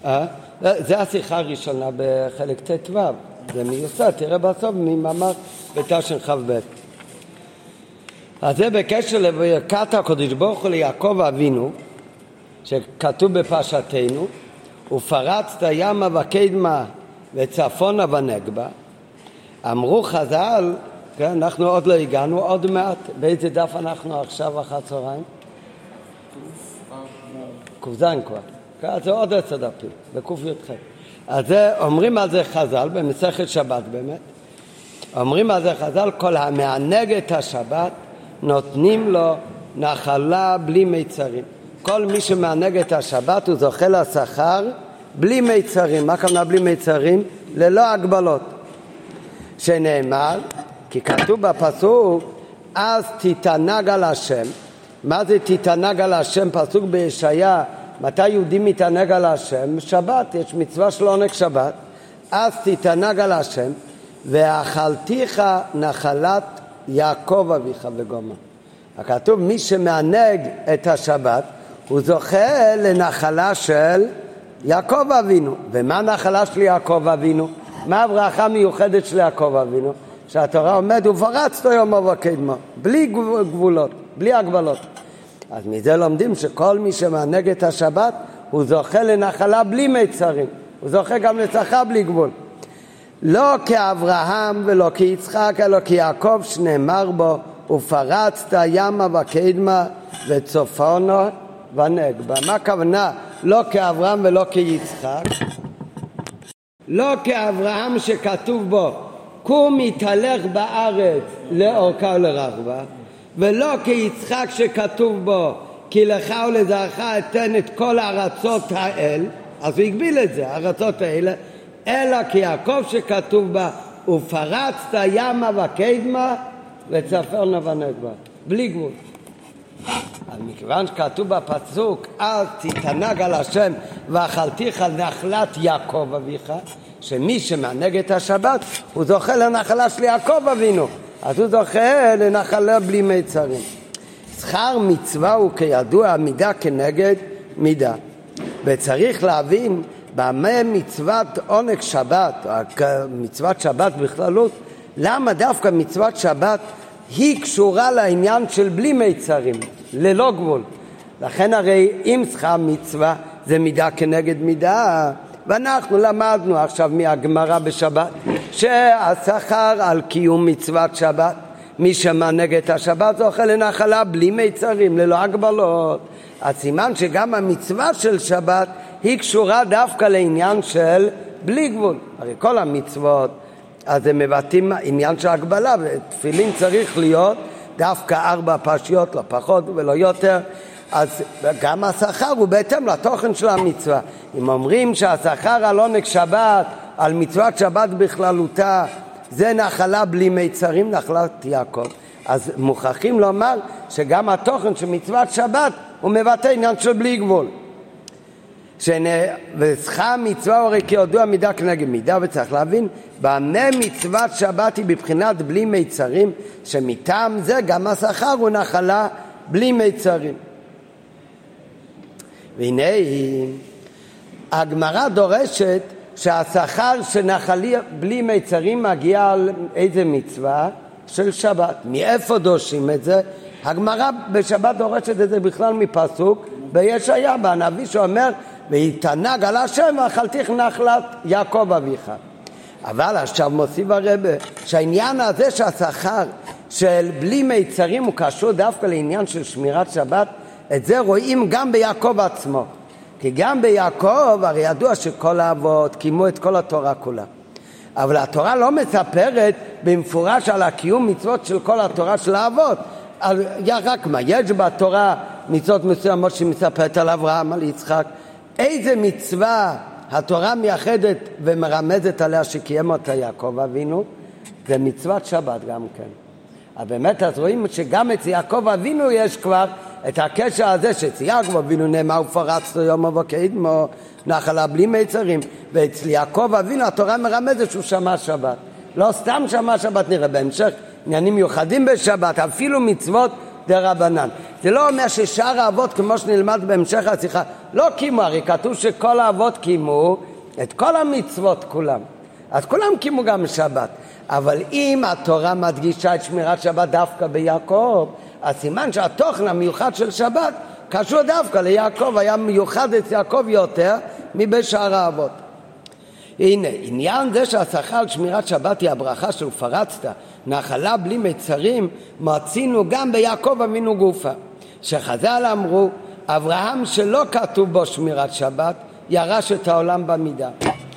זה השיחה הראשונה בחלק ט"ו, זה מיוסד, תראה בסוף ממאמר בתשכ"ב. אז זה בקשר לברכת הקדוש ברוך הוא ליעקב אבינו, שכתוב בפרשתנו, ופרצת ימה וקדמה וצפונה ונגבה. אמרו חז"ל, כן, אנחנו עוד לא הגענו, עוד מעט. באיזה דף אנחנו עכשיו אחר צהריים? קוזן כבר. כן, זה עוד 10 דפים, בק"ח. אז זה, אומרים על זה חז"ל, במסכת שבת באמת, אומרים על זה חז"ל, כל המענג את השבת נותנים לו נחלה בלי מיצרים. כל מי שמענג את השבת הוא זוכה לשכר בלי מיצרים. מה הכוונה בלי מיצרים? ללא הגבלות. שנאמר, כי כתוב בפסוק, אז תתענג על השם. מה זה תתענג על השם? פסוק בישעיה, מתי יהודי מתענג על השם? שבת, יש מצווה של עונג שבת. אז תתענג על השם, ואכלתיך נחלת יעקב אביך וגומה. הכתוב, מי שמענג את השבת, הוא זוכה לנחלה של יעקב אבינו. ומה הנחלה של יעקב אבינו? מה הברכה המיוחדת של יעקב אבינו? שהתורה עומד, ופרצת ימה וקדמה, בלי גבולות, בלי הגבלות. אז מזה לומדים שכל מי שמענג את השבת, הוא זוכה לנחלה בלי מיצרים. הוא זוכה גם לשכר בלי גבול. לא כאברהם ולא כיצחק, אלא כיעקב שנאמר בו, ופרצת ימה וקדמה וצפונה ונגבה. מה הכוונה? לא כאברהם ולא כיצחק. לא כאברהם שכתוב בו, קום יתהלך בארץ לאורכה ולרחבה, ולא כיצחק שכתוב בו, כי לך ולזרעך אתן את כל הארצות האל, אז הוא הגביל את זה, הארצות האלה, אלא כיעקב שכתוב בה, ופרצת ימה וקדמה וצפונה ונגבה, בלי גבול. אז מכיוון שכתוב בפסוק, אז תתענג על השם ואכלתיך נחלת יעקב אביך, שמי שמענג את השבת הוא זוכה לנחלה של יעקב אבינו, אז הוא זוכה לנחלה בלי מיצרים. שכר מצווה הוא כידוע מידה כנגד מידה, וצריך להבין במה מצוות עונג שבת, או מצוות שבת בכללות, למה דווקא מצוות שבת היא קשורה לעניין של בלי מיצרים, ללא גבול. לכן הרי אם שכר מצווה זה מידה כנגד מידה, ואנחנו למדנו עכשיו מהגמרא בשבת שהשכר על קיום מצוות שבת, מי שמענג את השבת זוכה לנחלה בלי מיצרים, ללא הגבלות. הסימן שגם המצווה של שבת היא קשורה דווקא לעניין של בלי גבול. הרי כל המצוות אז הם מבטאים עניין של הגבלה, ותפילין צריך להיות דווקא 4 פרשיות, לא פחות ולא יותר. אז גם השכר הוא בהתאם לתוכן של המצווה. אם אומרים שהשכר על עונג שבת, על מצוות שבת בכללותה, זה נחלה בלי מיצרים, נחלת יעקב, אז מוכרחים לומר שגם התוכן של מצוות שבת הוא מבטא עניין של בלי גבול. ושכר מצווה הרי כידוע מידה כנגד מידה, וצריך להבין במה מצוות שבת היא בבחינת בלי מיצרים, שמטעם זה גם השכר הוא נחלה בלי מיצרים. והנה הגמרא דורשת שהשכר שנחלי בלי מיצרים מגיע על איזה מצווה? של שבת. מאיפה דורשים את זה? הגמרא בשבת דורשת את זה בכלל מפסוק בישעיה, בנביא שאומר ויתענג על השם ואכלתיך נחלת יעקב אביך. אבל עכשיו מוסיף הרבה שהעניין הזה שהשכר של בלי מיצרים הוא קשור דווקא לעניין של שמירת שבת, את זה רואים גם ביעקב עצמו. כי גם ביעקב הרי ידוע שכל האבות קיימו את כל התורה כולה. אבל התורה לא מספרת במפורש על הקיום מצוות של כל התורה של האבות. רק מה, יש בתורה מצוות מסוימות שמספרת על אברהם, על יצחק. איזה מצווה התורה מייחדת ומרמזת עליה שקיים אותה יעקב אבינו? זה מצוות שבת גם כן. אבל באמת אז רואים שגם אצל יעקב אבינו יש כבר את הקשר הזה שאצל יעקב אבינו נאמר ופרצת ימה וקדמה נחלה בלי מיצרים, ואצל יעקב אבינו התורה מרמזת שהוא שמע שבת. לא סתם שמע שבת, נראה בהמשך עניינים מיוחדים בשבת, אפילו מצוות דרבנן. זה לא אומר ששאר האבות, כמו שנלמד בהמשך השיחה, לא קיימו, הרי כתוב שכל האבות קיימו את כל המצוות כולם, אז כולם קיימו גם שבת. אבל אם התורה מדגישה את שמירת שבת דווקא ביעקב, אז סימן שהתוכן המיוחד של שבת קשור דווקא ליעקב, היה מיוחד את יעקב יותר מבשאר האבות. הנה, עניין זה שהשכר על שמירת שבת היא הברכה של פרצת, נחלה בלי מצרים, מצינו גם ביעקב אבינו גופה. שחז"ל אמרו, אברהם שלא כתוב בו שמירת שבת, ירש את העולם במידה.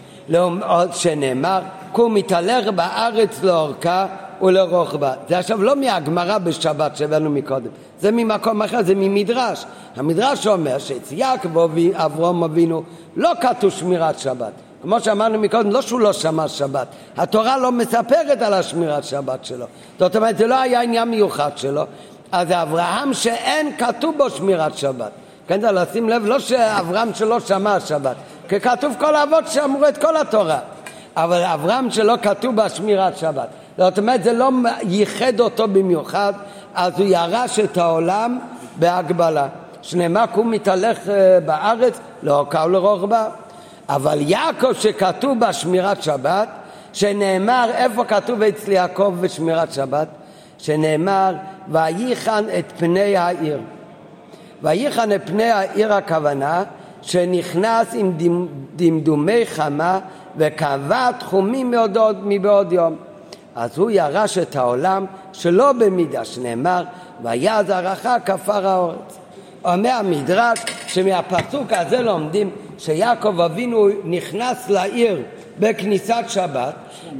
שנאמר, קום מתהלך בארץ לאורכה ולרוחבה. זה עכשיו לא מהגמרא בשבת שהבאנו מקודם, זה ממקום אחר, זה ממדרש. המדרש אומר שאצל יעקב אברהם אבינו לא כתוב שמירת שבת. כמו שאמרנו מקודם, לא שהוא לא שמע שבת, התורה לא מספרת על השמירת שבת שלו, זאת אומרת זה לא היה עניין מיוחד שלו. אז אברהם שאין כתוב בו שמירת שבת, כן, זה לשים לב, לא שאברהם שלא שמע שבת, כי כתוב כל האבות שאמרו את כל התורה, אבל אברהם שלא כתוב בה שמירת שבת, זאת אומרת זה לא ייחד אותו במיוחד, אז הוא ירש את העולם בהגבלה. שנאמר קום מתהלך בארץ לאורכה ולרוחבה. אבל יעקב שכתוב בשמירת שבת, שנאמר, איפה כתוב אצל יעקב בשמירת שבת? שנאמר, ויחן את פני העיר. ויחן את פני העיר הכוונה, שנכנס עם דמדומי חמה, וקבע תחומים מבעוד יום. אז הוא ירש את העולם שלא במידה, שנאמר, ויעש זרעך כפר הארץ. אומר המדרש שמהפסוק הזה לומדים שיעקב אבינו נכנס לעיר בכניסת שבת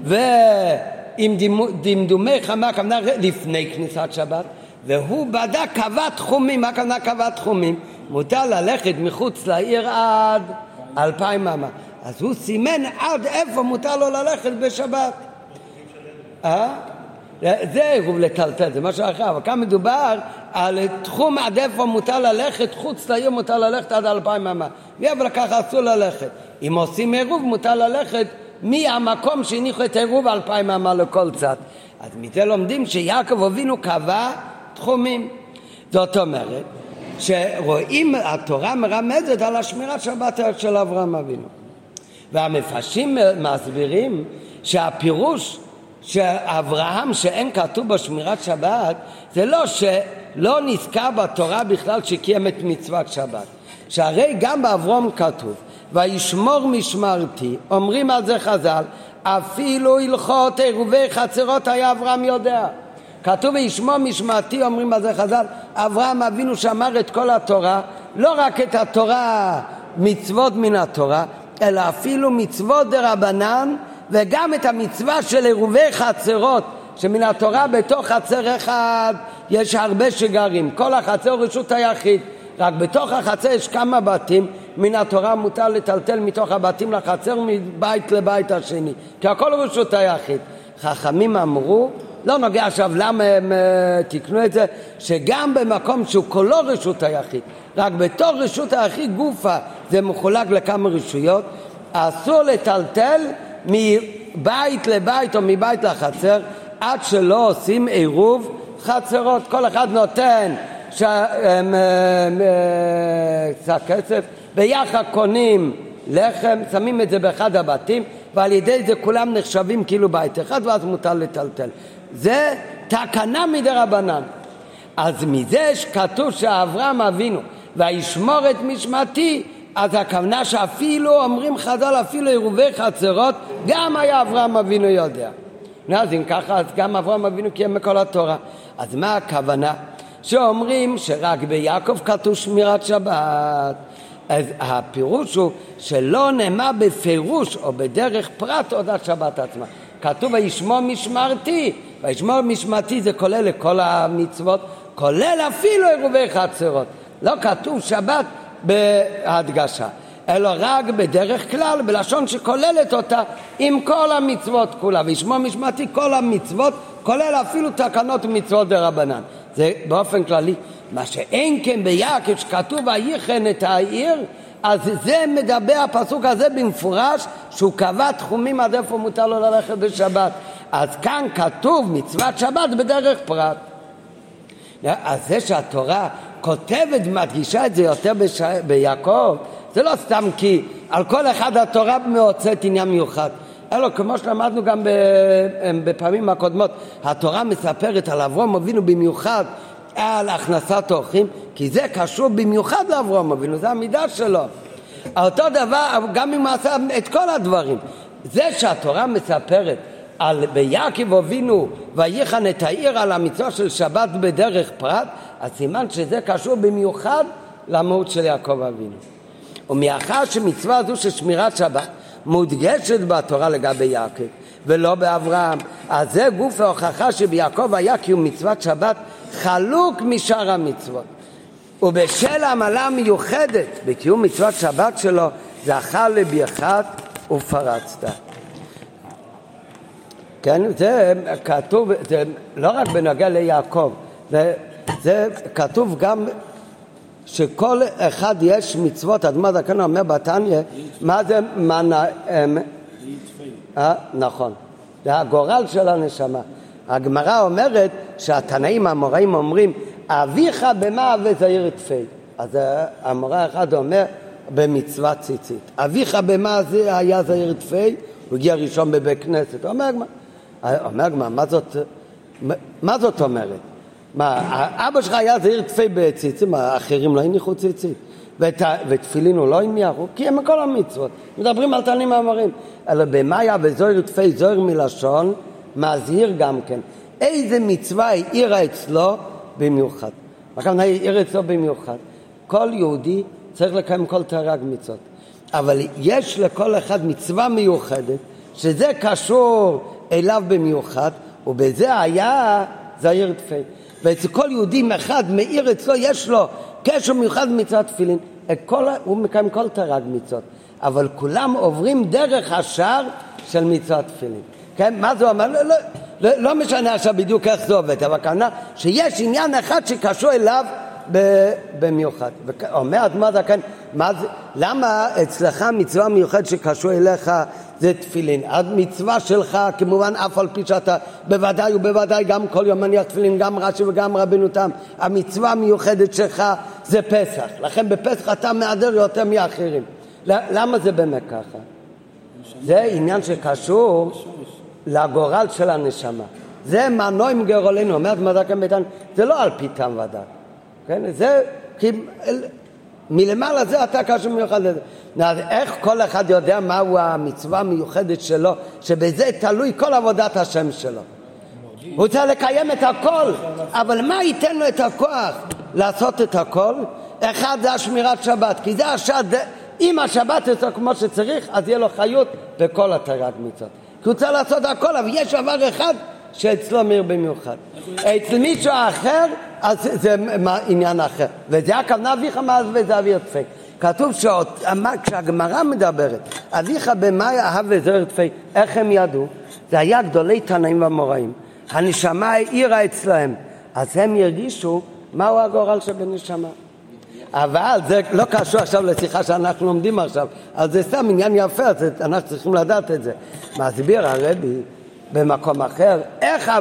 ועם דמדומי חמה, כמובן לפני כניסת שבת, והוא בדק קבע תחומים. מה כמובן קבע תחומים? מותר ללכת מחוץ לעיר עד 2000 אמה, אז הוא סימן עד איפה מותר לו ללכת בשבת. זה עירוב לטלטל, זה משהו אחר, אבל כאן מדובר על תחום עד איפה מותר ללכת, חוץ לעיר מותר ללכת עד 2000 אמה, אבל ככה אסור ללכת. אם עושים עירוב מותר ללכת מהמקום שהניחו את עירוב 2000 אמה לכל צד. אז מזה לומדים שיעקב אבינו קבע תחומים. זאת אומרת שרואים התורה מרמזת על השמירת שבת של אברהם אבינו, והמפרשים מסבירים שהפירוש שאברהם שאין כתוב בשמירת שבת זה לא שלא נזכר בתורה בכלל שקיים את מצוות שבת, שהרי גם באברהם כתוב וישמור משמרתי, אומרים על זה חז"ל, אפילו הלכות עירובי חצרות היה אברהם יודע. כתוב וישמור משמרתי, אומרים על זה חז"ל, אברהם אבינו שמר את כל התורה, לא רק את התורה מצוות מן התורה, אלא אפילו מצוות דרבנן, וגם את המצווה של עירובי חצרות שמן התורה. בתוך חצר אחד יש הרבה שגרים, כל החצר רשות היחיד, רק בתוך החצר יש כמה בתים, מן התורה מותר לטלטל מתוך הבתים לחצר מבית לבית השני, כי הכל רשות היחיד. חכמים אמרו, לא נוגע עכשיו למה הם תקנו את זה, שגם במקום שהוא כולו רשות היחיד, רק בתוך רשות היחיד גופה זה מחולק לכמה רשויות, אסור לטלטל מבית לבית או מבית לחצר עד שלא עושים עירוב חצרות. כל אחד נותן קצת כסף, ביחד קונים לחם, שמים את זה באחד הבתים, ועל ידי זה כולם נחשבים כאילו בית אחד, ואז מותר לטלטל. זה תקנה מדרבנן. אז מזה שכתוב שאברהם אבינו וישמור את משמרתי, אז הכוונה שאפילו אומרים חז"ל אפילו עירובי חצרות גם היה אברהם אבינו יודע. אז אם ככה אז גם אברהם אבינו קיים מכל התורה. אז מה הכוונה? שאומרים שרק ביעקב כתוב שמירת שבת, אז הפירוש הוא שלא נאמר בפירוש או בדרך פרט עודת שבת עצמה. כתוב וישמור משמרתי, וישמור משמרתי זה כולל לכל המצוות, כולל אפילו עירובי חצרות. לא כתוב שבת בהדגשה, אלא רק בדרך כלל, בלשון שכוללת אותה עם כל המצוות כולה. וישמור משמעתי כל המצוות, כולל אפילו תקנות ומצוות דרבנן. זה באופן כללי. מה שאין כן ביעקב שכתוב ויחן את העיר, אז זה מדבר הפסוק הזה במפורש שהוא קבע תחומים עד איפה מותר לו ללכת בשבת. אז כאן כתוב מצוות שבת בדרך פרט. אז זה שהתורה כותבת ומדגישה את זה יותר ביעקב, זה לא סתם כי על כל אחד התורה מוצאת עניין מיוחד, אלא כמו שלמדנו גם בפעמים הקודמות, התורה מספרת על אברהם אבינו במיוחד על הכנסת אורחים, כי זה קשור במיוחד לאברהם אבינו, זה המידה שלו. אותו דבר גם אם עשה את כל הדברים. זה שהתורה מספרת על ביעקב אבינו ויחן את העיר על המצווה של שבת בדרך פרט, אז סימן שזה קשור במיוחד למהות של יעקב אבינו. ומאחר שמצווה זו של שמירת שבת מודגשת בתורה לגבי יעקב ולא באברהם, אז זה גוף ההוכחה שביעקב היה קיום מצוות שבת חלוק משאר המצוות, ובשל העמלה המיוחדת בקיום מצוות שבת שלו זכה לברכת ופרצת. כן, זה כתוב, זה לא רק בנוגע ליעקב, זה כתוב גם שכל אחד יש מצוות. אדמת הכהן אומר בתניא, מה זה נכון, זה הגורל של הנשמה. הגמרא אומרת שהתנאים המוראים אומרים אביך במה וזעיר תפי, אז המורה אחד אומר במצוות ציצית, אביך במה זה היה זעיר תפי, הוא הגיע ראשון בבית כנסת. אומר גמרא, מה זאת אומרת? מה, אבא שלך היה זעיר תפי בציצית, מה, אחרים לא הניחו ציצית? ותפילין הוא לא הניחו? כי הם כל המצוות, מדברים על תנאים המוראים. אלא במה היה וזעיר תפי, זעיר מלשון מזהיר גם כן. איזה מצווה העירה אצלו במיוחד? הכוונה העירה אצלו במיוחד. כל יהודי צריך לקיים כל תרי"ג מצוות, אבל יש לכל אחד מצווה מיוחדת שזה קשור אליו במיוחד, ובזה היה זעיר תפי. ואצל כל יהודי אחד מאיר אצלו יש לו קשר מיוחד במצוות תפילין. הוא מקיים כל תרי"ג מצוות, אבל כולם עוברים דרך השער של מצוות תפילין. כן? מה זה אומר? לא משנה עכשיו בדיוק איך זה עובד, אבל כנראה שיש עניין אחד שקשור אליו במיוחד. אומר אדמת הכהן, למה אצלך מצווה מיוחד שקשור אליך זה תפילין? המצווה שלך כמובן אף על פי שאתה בוודאי ובוודאי גם כל יום מניח תפילין, גם רש"י וגם רבנו תם, המצווה המיוחדת שלך זה פסח, לכן בפסח אתה מעדר יותר מאחרים. למה זה באמת ככה? זה עניין שקשור לגורל של הנשמה, זה מנועים גורלנו. אומרת מדקם ביתן, זה לא על פי טעם ודעת, כן? זה כי מלמעלה זה אתה קשור מיוחד לזה. איך כל אחד יודע מהו המצווה המיוחדת שלו, שבזה תלוי כל עבודת השם שלו? הוא צריך לקיים את הכל, אבל מה ייתן לו את הכוח לעשות את הכל? אחד זה השמירת שבת, כי זה השד, אם השבת יוצא כמו שצריך, אז יהיה לו חיות בכל התרי"ג מצוות, כי הוא צריך לעשות הכל. אבל יש דבר אחד שאצלו מאיר במיוחד, אצל מישהו אחר אז זה עניין אחר, וזה הכוונה אביך מה וזה אוויר תפי. כתוב כשהגמרא מדברת אביך במה אהב וזעיר תפי, איך הם ידעו? זה היה גדולי תנאים והמוראים, הנשמה העירה אצלהם, אז הם ירגישו מהו הגורל שבנשמה. אבל זה לא קשור עכשיו לשיחה שאנחנו לומדים עכשיו, אז זה סתם עניין יפה, אז אנחנו צריכים לדעת את זה. מסביר הרבי במקום אחר, איך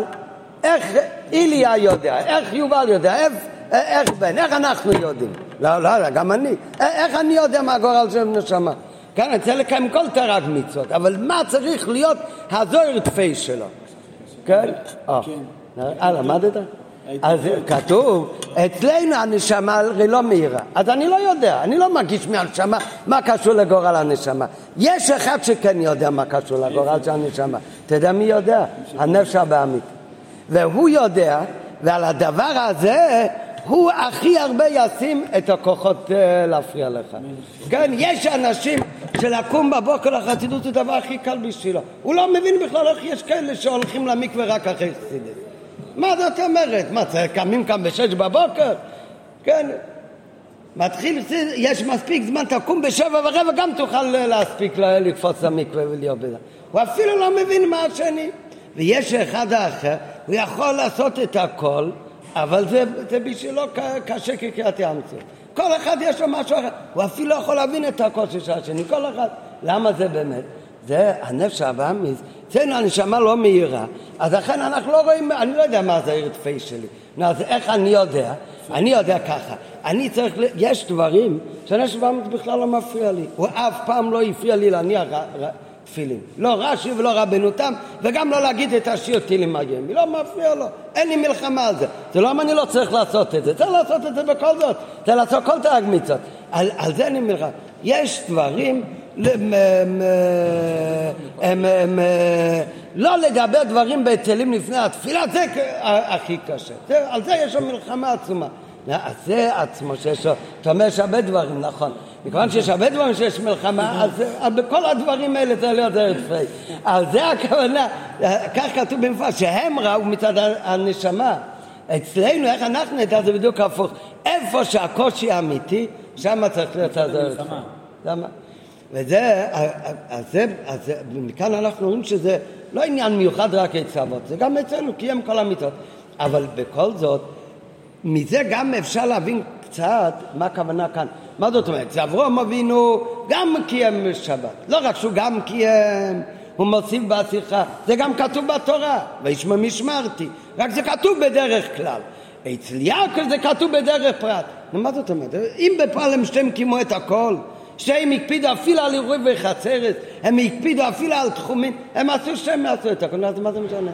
איליה יודע, איך יובל יודע, איך בן, איך אנחנו יודעים? לא, גם אני. איך אני יודע מה הגורל של נשמה? כן, אני צריך לקיים כל תרי"ג מצוות, אבל מה צריך להיות הזעיר תפי שלו? כן? למדת? אז כתוב, אצלנו הנשמה הרי לא מהירה, אז אני לא יודע, אני לא מרגיש מהנשמה מה קשור לגורל הנשמה. יש אחד שכן יודע מה קשור לגורל של הנשמה. אתה יודע מי יודע? הנפש הבאמית. והוא יודע, ועל הדבר הזה הוא הכי הרבה ישים את הכוחות להפריע לך. כן, יש אנשים שלקום בבוקר לחסידות זה דבר הכי קל בשבילו, הוא לא מבין בכלל איך יש כאלה שהולכים למקווה רק אחרי חסידות. מה זאת אומרת? מה, קמים כאן ב6 בבוקר? כן, מתחיל, יש מספיק זמן, תקום ב7:15 גם תוכל להספיק לקפוץ למקווה ולהיות בזה. הוא אפילו לא מבין מה השני. ויש אחד האחר, הוא יכול לעשות את הכל, אבל זה בשבילו קשה כקריאת ים סוף. כל אחד יש לו משהו אחר, הוא אפילו לא יכול להבין את הכל של השני, כל אחד. למה זה באמת? זה הנפש הבאמית, אצלנו הנשמה לא מהירה, אז לכן אנחנו לא רואים, אני לא יודע מה זה העיר תפי שלי. אז איך אני יודע? אני יודע ככה, אני צריך, יש דברים שהנשמה בכלל לא מפריע לי, הוא אף פעם לא הפריע לי להניח תפילין, לא רש"י ולא רבנו תם, וגם לא להגיד את השיר תהילים מגן, לא מפריע לו, אין לי מלחמה על זה. זה לא אני לא צריך לעשות את זה, צריך לעשות את זה בכל זאת, צריך לעשות כל תרג מצוות, על זה אני מלחמה. יש דברים, לא לדבר דברים בטלים לפני התפילה, זה הכי קשה, על זה יש לו מלחמה עצומה. אז זה עצמו שיש לו, אתה אומר יש הרבה דברים, נכון, מכיוון שיש הרבה דברים שיש מלחמה, אז בכל הדברים האלה זה לא דרך תפי. על זה הכוונה, כך כתוב במפורש, שהם ראו מצד הנשמה. אצלנו, איך אנחנו נדע, זה בדיוק הפוך. איפה שהקושי האמיתי, שם צריך להיות דרך תפי. למה? וזה, אז מכאן אנחנו רואים שזה לא עניין מיוחד רק אצל אבות, זה גם אצלנו, קיים כל המצוות. אבל בכל זאת, מזה גם אפשר להבין קצת מה הכוונה כאן. מה זאת אומרת? זה אברהם אבינו גם קיים שבת. לא רק שהוא גם קיים, הוא מוסיף בשיחה. זה גם כתוב בתורה, וישמע משמרתי. רק זה כתוב בדרך כלל. אצל יעקב זה כתוב בדרך פרט. מה זאת אומרת? אם בפועל הם שתיהם קימו את הכל, שהם הקפידו אפילו על עירוב וחצרת, הם הקפידו אפילו על תחומים, הם עשו שהם עשו את הכל. אז מה זה משנה?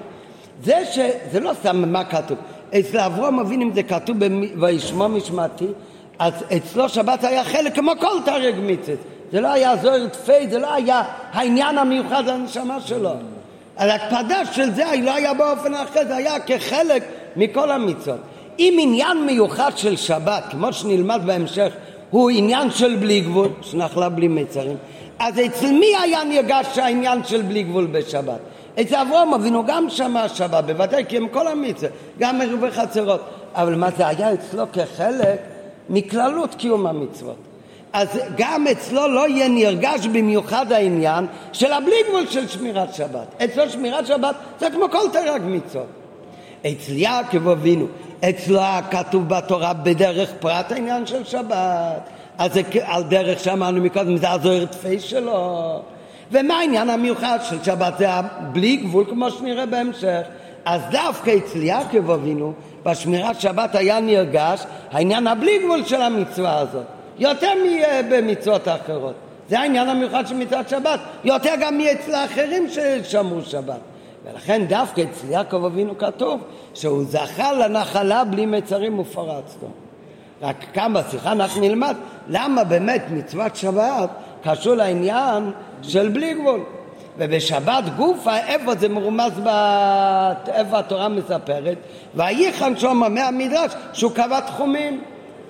זה לא סתם מה כתוב. אצל אברהם אבינו אם זה כתוב וישמע משמעתי, אז אצלו שבת היה חלק כמו כל תרג מצוות. זה לא היה זוהר תפי, זה לא היה העניין המיוחד לנשמה שלו. על הקפדה של זה לא היה באופן אחר, זה היה כחלק מכל המצוות. אם עניין מיוחד של שבת, כמו שנלמד בהמשך, הוא עניין של בלי גבול, שנחלה בלי מצרים, אז אצל מי היה נרגש העניין של בלי גבול בשבת? אצל אברהם אבינו גם שמע שבת, בוודאי כי הם כל המצוות, גם עירוב וחצרות, אבל מה זה היה אצלו כחלק מכללות קיום המצוות. אז גם אצלו לא יהיה נרגש במיוחד העניין של הבלי גבול של שמירת שבת. אצלו שמירת שבת זה כמו כל תרג מצוות. אצל יעקב אבינו, אצלו כתוב בתורה בדרך פרט העניין של שבת, אז זה על דרך שאמרנו מקודם, זה הזוהר תפי שלו. ומה העניין המיוחד של שבת? זה בלי גבול כמו שנראה בהמשך. אז דווקא אצל יעקב אבינו בשמירת שבת היה נרגש העניין הבלי גבול של המצווה הזאת יותר במצוות האחרות. זה העניין המיוחד של מצוות שבת, יותר גם מאצל האחרים ששמרו שבת. ולכן דווקא אצל יעקב אבינו כתוב שהוא זכה לנחלה בלי מצרים ופרצתו. רק כאן בשיחה אנחנו נלמד למה באמת מצוות שבת קשור לעניין של בלי גבול. ובשבת גופה, איפה זה מרומז, איפה התורה מספרת, וייחן שמה מהמדרש שהוא קבע תחומים.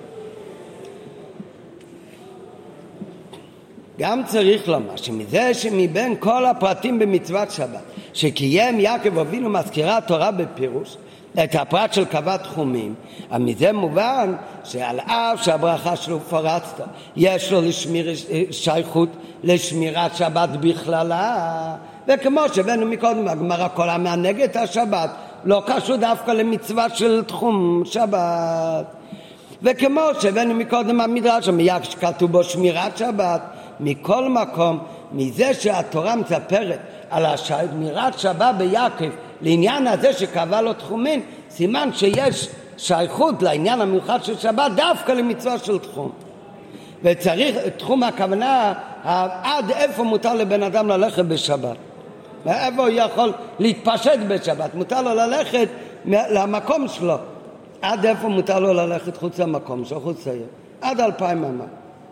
גם צריך לומר שמזה שמבין כל הפרטים במצוות שבת שקיים יעקב אבינו מזכירה התורה בפירוש את הפרט של קבע תחומים, מזה מובן שעל אף שהברכה שלו פרצת יש לו שייכות לשמירת שבת בכללה, וכמו שבנו מקודם הגמרא כל המענג את השבת לא קשור דווקא למצווה של תחום שבת, וכמו שבנו מקודם המדרש מיד שכתוב בו שמירת שבת. מכל מקום, מזה שהתורה מספרת על השמירת שבת ביעקב לעניין הזה שקבע לו תחומים, סימן שיש שייכות לעניין המיוחד של שבת דווקא למצווה של תחום. וצריך תחום הכוונה עד איפה מותר לבן אדם ללכת בשבת, איפה הוא יכול להתפשט בשבת, מותר לו ללכת למקום שלו, עד איפה מותר לו ללכת חוץ למקום שלו, חוץ לעיר, עד 2,000 אמה.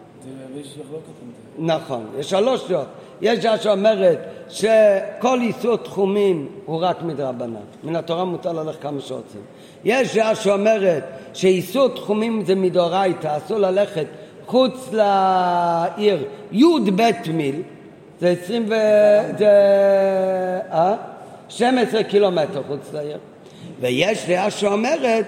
נכון, יש 3 דעות. יש דעה שאומרת שכל איסור תחומים הוא רק מדרבנן, מן התורה מותר ללכת כמה שרוצים. יש דעה שאומרת שאיסור תחומים זה מדאורייתא, אסור ללכת חוץ לעיר י' בית מיל, זה 12 קילומטר חוץ לעיר. ויש דעה שאומרת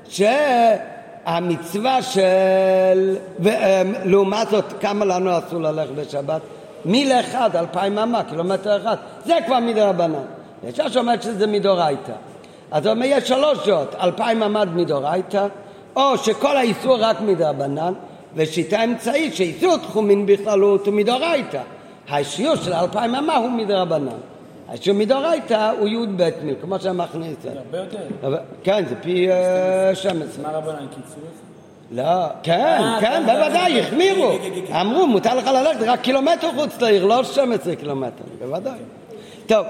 המצווה של, לעומת זאת כמה לנו אסור ללכת בשבת? מיל אחד, 2,000 אמה, קילומטר אחד, זה כבר מדרבנן. יש שאומרת שזה מדאורייתא. אז אומר יש 3 דעות, 2,000 אמה מדאורייתא, או שכל האיסור רק מדרבנן, ושיטה אמצעית שאיסור תחומין בכללות הוא מדאורייתא. השיעור של 2,000 אמה הוא מדרבנן. שהוא מדאורייתא הוא י' ב' מיל, כמו שאמרנו את זה. הרבה יותר. כן, זה פי 12. מה רבנן קיצרו? לא, כן, בוודאי, החמירו. אמרו, מותר לך ללכת רק קילומטר חוץ לעיר, לא 12 קילומטר, בוודאי. טוב,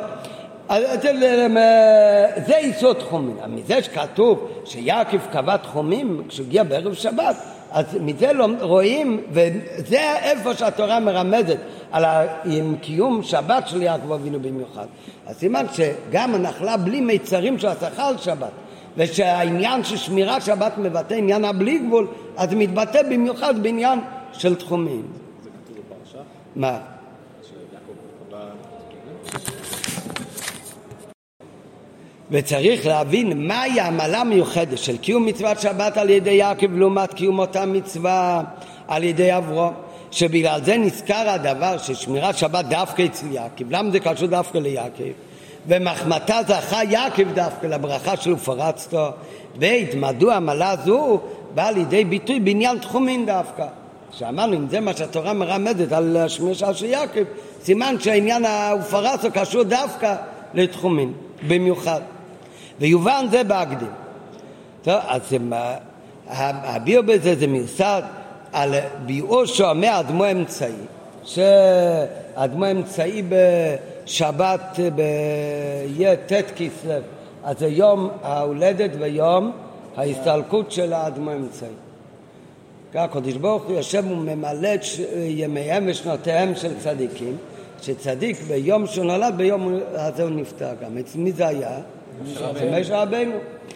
זה יסוד תחומים. מזה שכתוב שיעקב קבע תחומים כשהוא הגיע בערב שבת, אז מזה לא רואים, וזה איפה שהתורה מרמזת על קיום שבת של יעקב אבינו במיוחד. אז סימן שגם הנחלה בלי מיצרים של השכר על שבת, ושהעניין של שמירת שבת מבטא עניין הבלי גבול, אז זה מתבטא במיוחד בעניין של תחומים. זה כתוב בפרשה? מה? שיעקב קבע... וצריך להבין מהי העמלה המיוחדת של קיום מצוות שבת על ידי יעקב לעומת קיום אותה מצווה על ידי אברהם, שבגלל זה נזכר הדבר ששמירת שבת דווקא אצל יעקב. למה זה קשור דווקא ליעקב? ומחמתה זכה יעקב דווקא לברכה שלו פרצתו, מדוע העמלה זו באה לידי ביטוי בעניין תחומין דווקא. שאמרנו, אם זה מה שהתורה מרמזת על השמירה של יעקב, סימן שהעניין ופרצתו קשור דווקא לתחומין במיוחד. ויובן זה בהקדים. טוב, אז הביאו בזה זה מיוסד על ביאור שעומד אדמו אמצעי, שאדמו אמצעי בשבת יהיה ת' כסלו, אז זה יום ההולדת ויום ההסתלקות של האדמו אמצעי. הקדוש ברוך הוא יושב וממלא את ימיהם ושנותיהם של צדיקים, שצדיק ביום שהוא נולד ביום הזה הוא נפטר גם. אצל מי זה היה? אצל משה רבנו.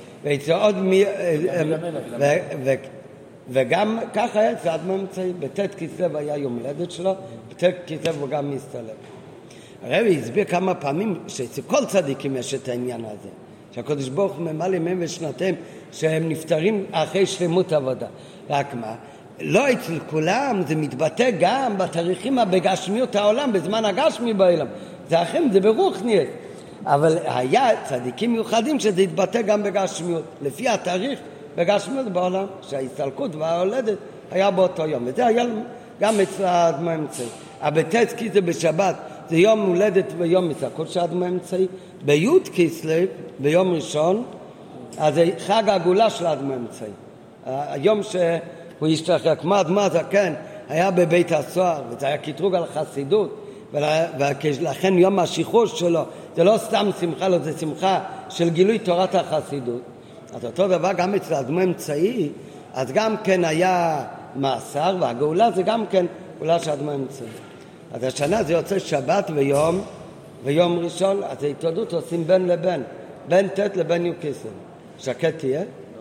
וגם ככה היה אצל האדמו אמצעי, בת' כסלו היה יום הולדת שלו, בת' כסלו הוא גם מסתלק. הרבי הסביר כמה פעמים שאצל כל צדיקים יש את העניין הזה, שהקדוש ברוך הוא ממלא ימיהם ושנותיהם שהם נפטרים אחרי שלמות עבודה. רק מה? לא אצל כולם, זה מתבטא גם בתאריכים בגשמיות העולם, בזמן הגשמי בעולם. זה אחר, זה ברוך נהיה. אבל היה צדיקים מיוחדים שזה התבטא גם בגשמיות. לפי התאריך בגשמיות בעולם, שההסתלקות וההולדת היה באותו יום. וזה היה גם אצל האדמו אמצעי. הבט' כי זה בשבת, זה יום הולדת ויום הסתלקות של האדמו אמצעי. בי' כסלו, ביום ראשון, אז זה חג הגאולה של האדמו אמצעי. היום שהוא השתחרר, כמו האדמו הזקן, היה בבית הסוהר, וזה היה קטרוג על חסידות, ולכן יום השחרור שלו, זה לא סתם שמחה, לא, זה שמחה של גילוי תורת החסידות. אז אותו דבר גם אצל האדמו אמצעי, אז גם כן היה מאסר, והגאולה זה גם כן גאולה של האדמו אמצעי. אז השנה זה יוצא שבת ויום ראשון, אז ההתעודות עושים בין לבין, בין ת' לבין י' כסלו. שקט תהיה?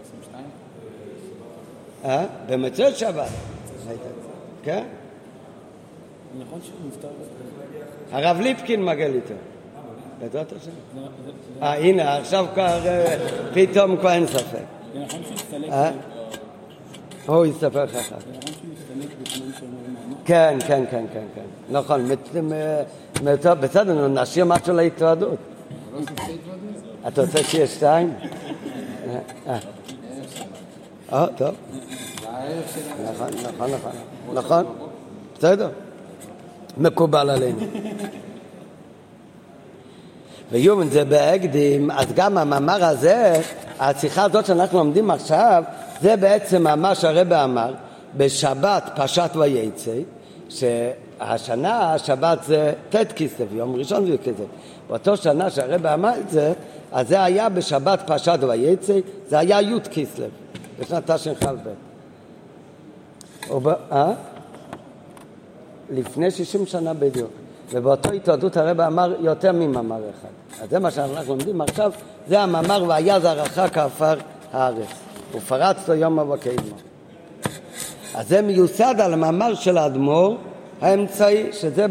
במצוות שבת. כן? נכון שהוא נפטר. הרב ליפקין מגל איתו. בעזרת השם. הנה, עכשיו כבר פתאום כבר אין ספק. זה נכון שהוא הסתלק. הוא יסתפר לך. זה נכון שהוא הסתלק בזמן שאומר כן. נכון. בסדר, נשאיר משהו להתוועדות. אתה רוצה שיהיה 2? טוב. נכון. בסדר. מקובל עלינו. ויומן זה בהקדים, אז גם המאמר הזה, השיחה הזאת שאנחנו לומדים עכשיו, זה בעצם מאמר שהרבא אמר, בשבת פרשת ויצא, שהשנה, השבת זה ת' כסלו, יום ראשון זה כסלו. באותו שנה שהרבא אמר את זה, אז זה היה בשבת פרשת ויצא, זה היה י' כסלו, בשנת תשכ"ב. לפני 60 שנה בדיוק. ובאותו התוועדות הרבא אמר יותר ממאמר אחד. אז זה מה שאנחנו לומדים עכשיו, זה המאמר והיה זרעך כעפר הארץ. ופרצתו יום וקיימו. אז זה מיוסד על המאמר של האדמו"ר האמצעי, שזה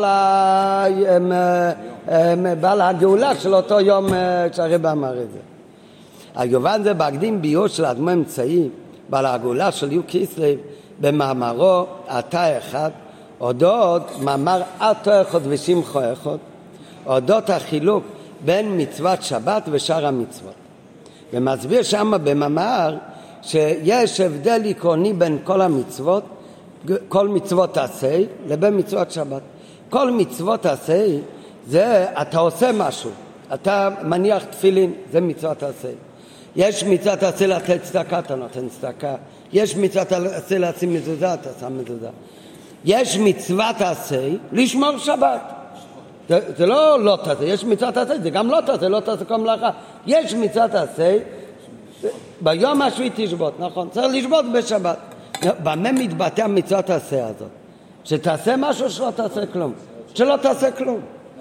בעל הגאולה של אותו יום שהרבא אמר את זה. היובן זה בהקדים ביור של האדמו"ר האמצעי, בעל הגאולה של י' כסלו, במאמרו אתה אחד, אודות מאמר אתו אחד ושמחו אחד, אודות החילוק בין מצוות שבת ושאר המצוות. ומסביר שם במאמר שיש הבדל עקרוני בין כל המצוות, כל מצוות עשה לבין מצוות שבת. כל מצוות עשה זה אתה עושה משהו, אתה מניח תפילין, זה מצוות עשה. יש מצוות עשה לתת צדקה, אתה נותן צדקה. יש מצוות עשה לשים מזוזה, אתה שם מזוזה. יש מצוות עשה לשמור שבת. זה לא תעשה, יש מצוות עשה, זה גם לא תעשה, לא תעשה כל מלאכה. יש מצוות עשה, ביום השביעי תשבות, נכון? צריך לשבות בשבת. במה מתבטא המצוות עשה הזאת? שתעשה משהו שלא תעשה כלום. שלא תעשה כלום.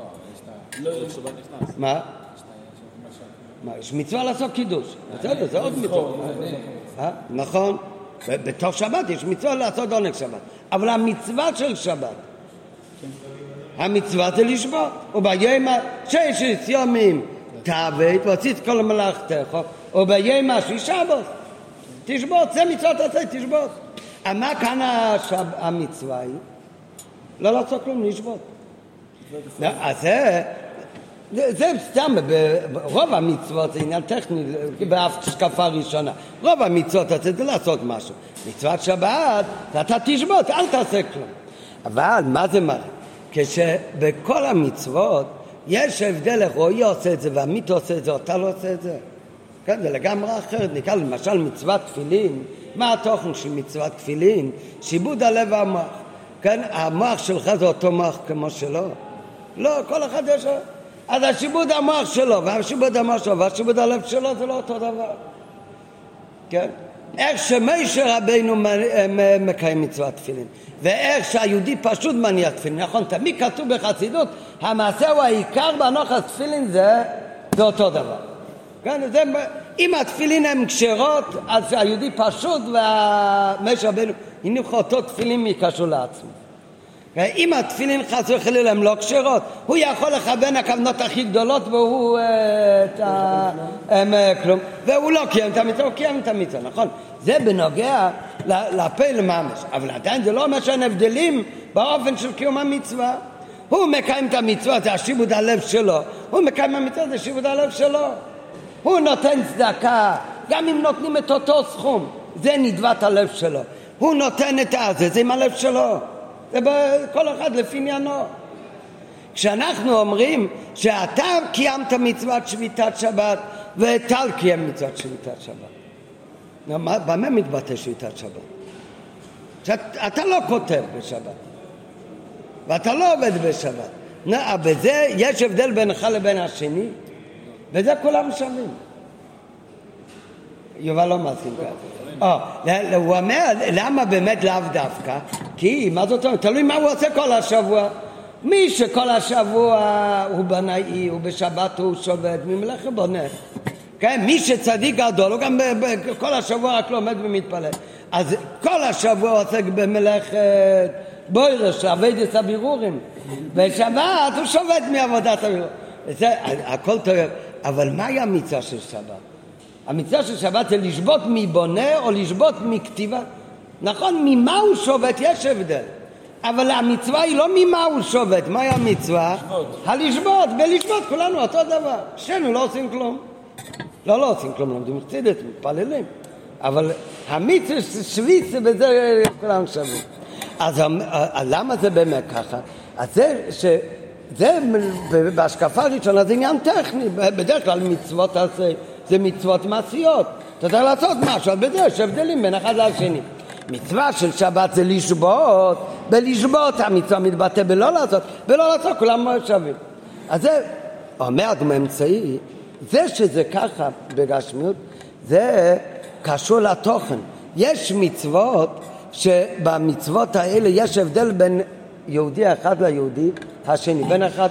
מה? יש מצווה לעשות קידוש. בסדר, זה עוד מצווה. נכון. בתוך שבת יש מצווה לעשות עונג שבת. אבל המצווה של שבת, המצווה זה לשבות. וביום ששת ימים תעבד ועשית כל מלאכתך, וביום השביעי שבת תשבות. זה מצוות עשה, תשבות. מה כאן המצווה היא? לא לעשות כלום, לשבות. אז זה סתם, ברוב המצוות זה עניין טכני, בהשקפה ראשונה. רוב המצוות זה לעשות משהו. מצוות שבת, אתה תשבות, אל תעשה כלום. אבל מה זה מראה? כשבכל המצוות יש הבדל איך רועי עושה את זה והמית עושה את זה, אתה לא עושה את זה. כן, זה לגמרי אחרת. נקרא למשל מצוות תפילין. מה התוכן של מצוות תפילין? שיבוד הלב והמוח. כן, המוח שלך זה אותו מוח כמו שלו. לא, כל אחד יש... אז השיבוד המוח שלו והשיבוד המוח שלו והשיבוד הלב שלו זה לא אותו דבר. כן? איך שמשה רבינו מקיים מצוות תפילין ואיך שהיהודי פשוט מניח תפילין. נכון, תמיד כתוב בחסידות המעשה הוא העיקר בהנוחת תפילין, זה אותו דבר. כן? זה, אם התפילין הם כשרות אז היהודי פשוט ומשה רבינו הניחו אותו תפילין מקשור לעצמו. אם התפילין חס וחלילה הם לא כשרות, הוא יכול לכוון הכוונות הכי גדולות והוא כלום, והוא לא קיים את המצווה, הוא קיים את המצווה, נכון? זה בנוגע לפעיל ממש, אבל עדיין זה לא אומר שאין הבדלים באופן של קיום המצווה. הוא מקיים את המצווה, זה השיבוד הלב שלו, הוא מקיים המצווה, זה שיבוד הלב שלו. הוא נותן צדקה, גם אם נותנים את אותו סכום, זה נדבת הלב שלו. הוא נותן את זה עם הלב שלו. זה כל אחד לפי עניינו. כשאנחנו אומרים שאתה קיימת מצוות שביתת שבת וטל קיים מצוות שביתת שבת, במה מתבטא שביתת שבת? אתה לא כותב בשבת ואתה לא עובד בשבת. בזה יש הבדל בינך לבין השני, וזה כולם שווים. יובל לא מסכים ככה. הוא אומר, למה באמת לאו דווקא? כי, מה זאת אומרת? תלוי מה הוא עושה כל השבוע. מי שכל השבוע הוא בנאי, הוא בשבת הוא שובת, ממלאכה בונה. כן? מי שצדיק גדול, הוא גם כל השבוע רק לומד ומתפלל. אז כל השבוע הוא עוסק במלאכת בוירש, עבודת הבירורים. בשבת הוא שובת מעבודת הבירורים. זה הכל טוב. אבל מהי המצווה של שבת? המצווה של שבת זה לשבות מבונה או לשבות מכתיבה. נכון, ממה הוא שובת יש הבדל, אבל המצווה היא לא ממה הוא שובת. מהי המצווה? הלשבות. בלשבות כולנו אותו דבר. שנו לא עושים כלום. לא עושים כלום, לומדים חסידות, מתפללים. אבל המצווה שוויץ בזה כולנו שווים. אז למה זה באמת ככה? אז זה בהשקפה ראשונה זה עניין טכני. בדרך כלל מצוות זה מצוות מעשיות. אתה צריך לעשות משהו, בזה יש הבדלים בין אחד לשני. מצווה של שבת זה לשבות, בלשבות המצווה מתבטא בלא לעשות, בלא לעשות כולם שווים. אז זה אומר אמצעי, זה שזה ככה בגשמיות, זה קשור לתוכן. יש מצוות שבמצוות האלה יש הבדל בין יהודי אחד ליהודי השני,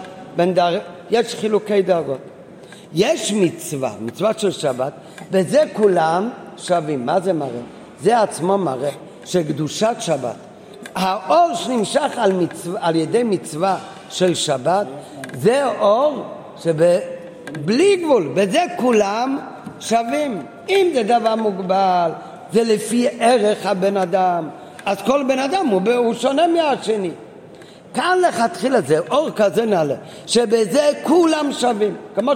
יש חילוקי דרגות. יש מצווה של שבת, בזה כולם שווים. מה זה מראה? זה עצמו מראה שקדושת שבת, האור שנמשך על ידי מצווה של שבת, זה אור שבלי גבול, בזה כולם שווים. אם זה דבר מוגבל, זה לפי ערך הבן אדם, אז כל בן אדם הוא שונה מהשני. כאן לכתחילה זה אור כזה נעלה, שבזה כולם שווים, כמו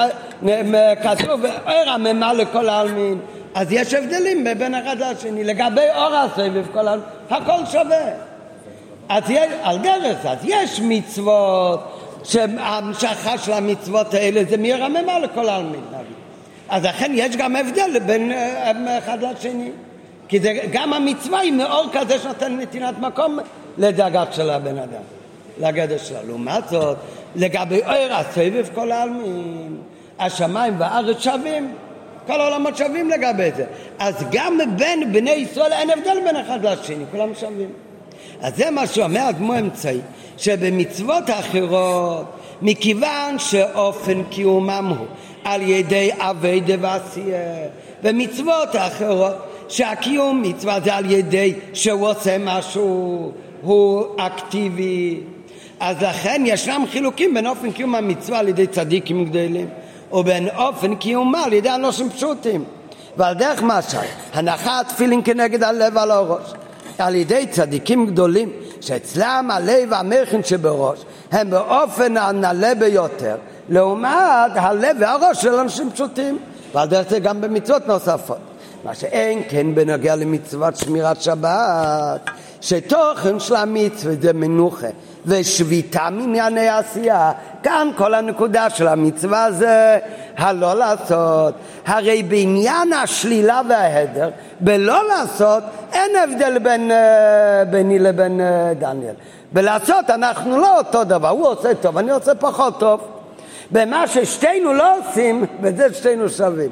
שכתוב אור הממה לכל העלמין. אז יש הבדלים בין אחד לשני. לגבי אור הסבב כל הכל שווה. אז על דרך אז יש מצוות שההמשכה של המצוות האלה זה מרממה לכל העלמין. אז לכן יש גם הבדל בין אחד לשני, כי זה, גם המצווה היא מאור כזה שנותן נתינת מקום לדאגת של הבן אדם, לגדר שלה. לעומת זאת, לגבי אור הסבב כל העלמין, השמיים והארץ שווים, כל העולמות שווים לגבי זה. אז גם בין בני ישראל אין הבדל בין אחד לשני, כולם שווים. אז זה מה שאומר אדמו אמצעי, שבמצוות האחרות, מכיוון שאופן קיומם הוא על ידי עבודה ועשייה, ומצוות האחרות שהקיום מצווה זה על ידי שהוא עושה משהו, הוא אקטיבי, אז לכן ישנם חילוקים בין אופן קיום המצווה על ידי צדיקים גדולים ובין אופן קיומה על ידי אנשים פשוטים. ועל דרך משל הנחת תפילין כנגד הלב על הראש על ידי צדיקים גדולים שאצלם הלב והמכין שבראש הם באופן הנעלה ביותר לעומת הלב והראש של אנשים פשוטים, ועל דרך זה גם במצוות נוספות. מה שאין כן בנוגע למצוות שמירת שבת, שתוכן של המצווה זה מנוחה ושביתה מענייני עשייה. כאן כל הנקודה של המצווה זה הלא לעשות. הרי בעניין השלילה וההדר בלא לעשות אין הבדל ביני לבין דניאל. בלעשות אנחנו לא אותו דבר, הוא עושה טוב, אני עושה פחות טוב. במה ששתינו לא עושים, בזה שתינו שווים.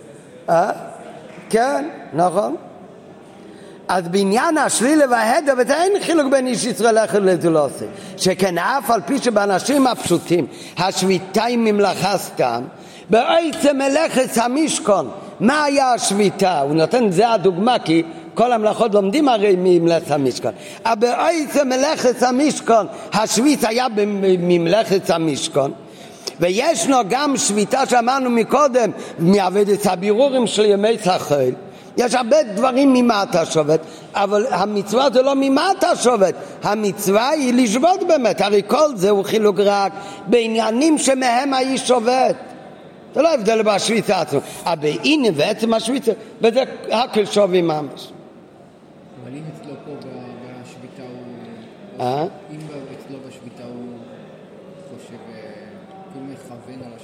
כן, נכון. אז בעניין השלילה וההדר, וזה אין חילוק בין איש ישראל לאחר לזה לא עושה. שכן אף על פי שבאנשים הפשוטים, השביתה היא ממלאכה סתם, בעצם מלאכת המשכון, מה היה השביתה? הוא נותן זה הדוגמה, כי כל המלאכות לומדים הרי ממלאכת המשכון. אבל בעצם מלאכת המשכון, השביתה היה ממלאכת המשכון, וישנו גם שביתה שאמרנו מקודם, מעבודת הבירורים של ימי שכיל. יש הרבה דברים ממה אתה שובת, אבל המצווה זה לא ממה אתה שובת, המצווה היא לשבות באמת. הרי כל זה הוא חילוק רק בעניינים שמהם האיש שובת, זה לא הבדל בשביתה עצמו. אבל הנה בעצם השביתה, וזה הכל שווי ממש. אבל אם אצלו פה בשביתה הוא... אם אצלו בשביתה הוא חושב, הוא מכוון על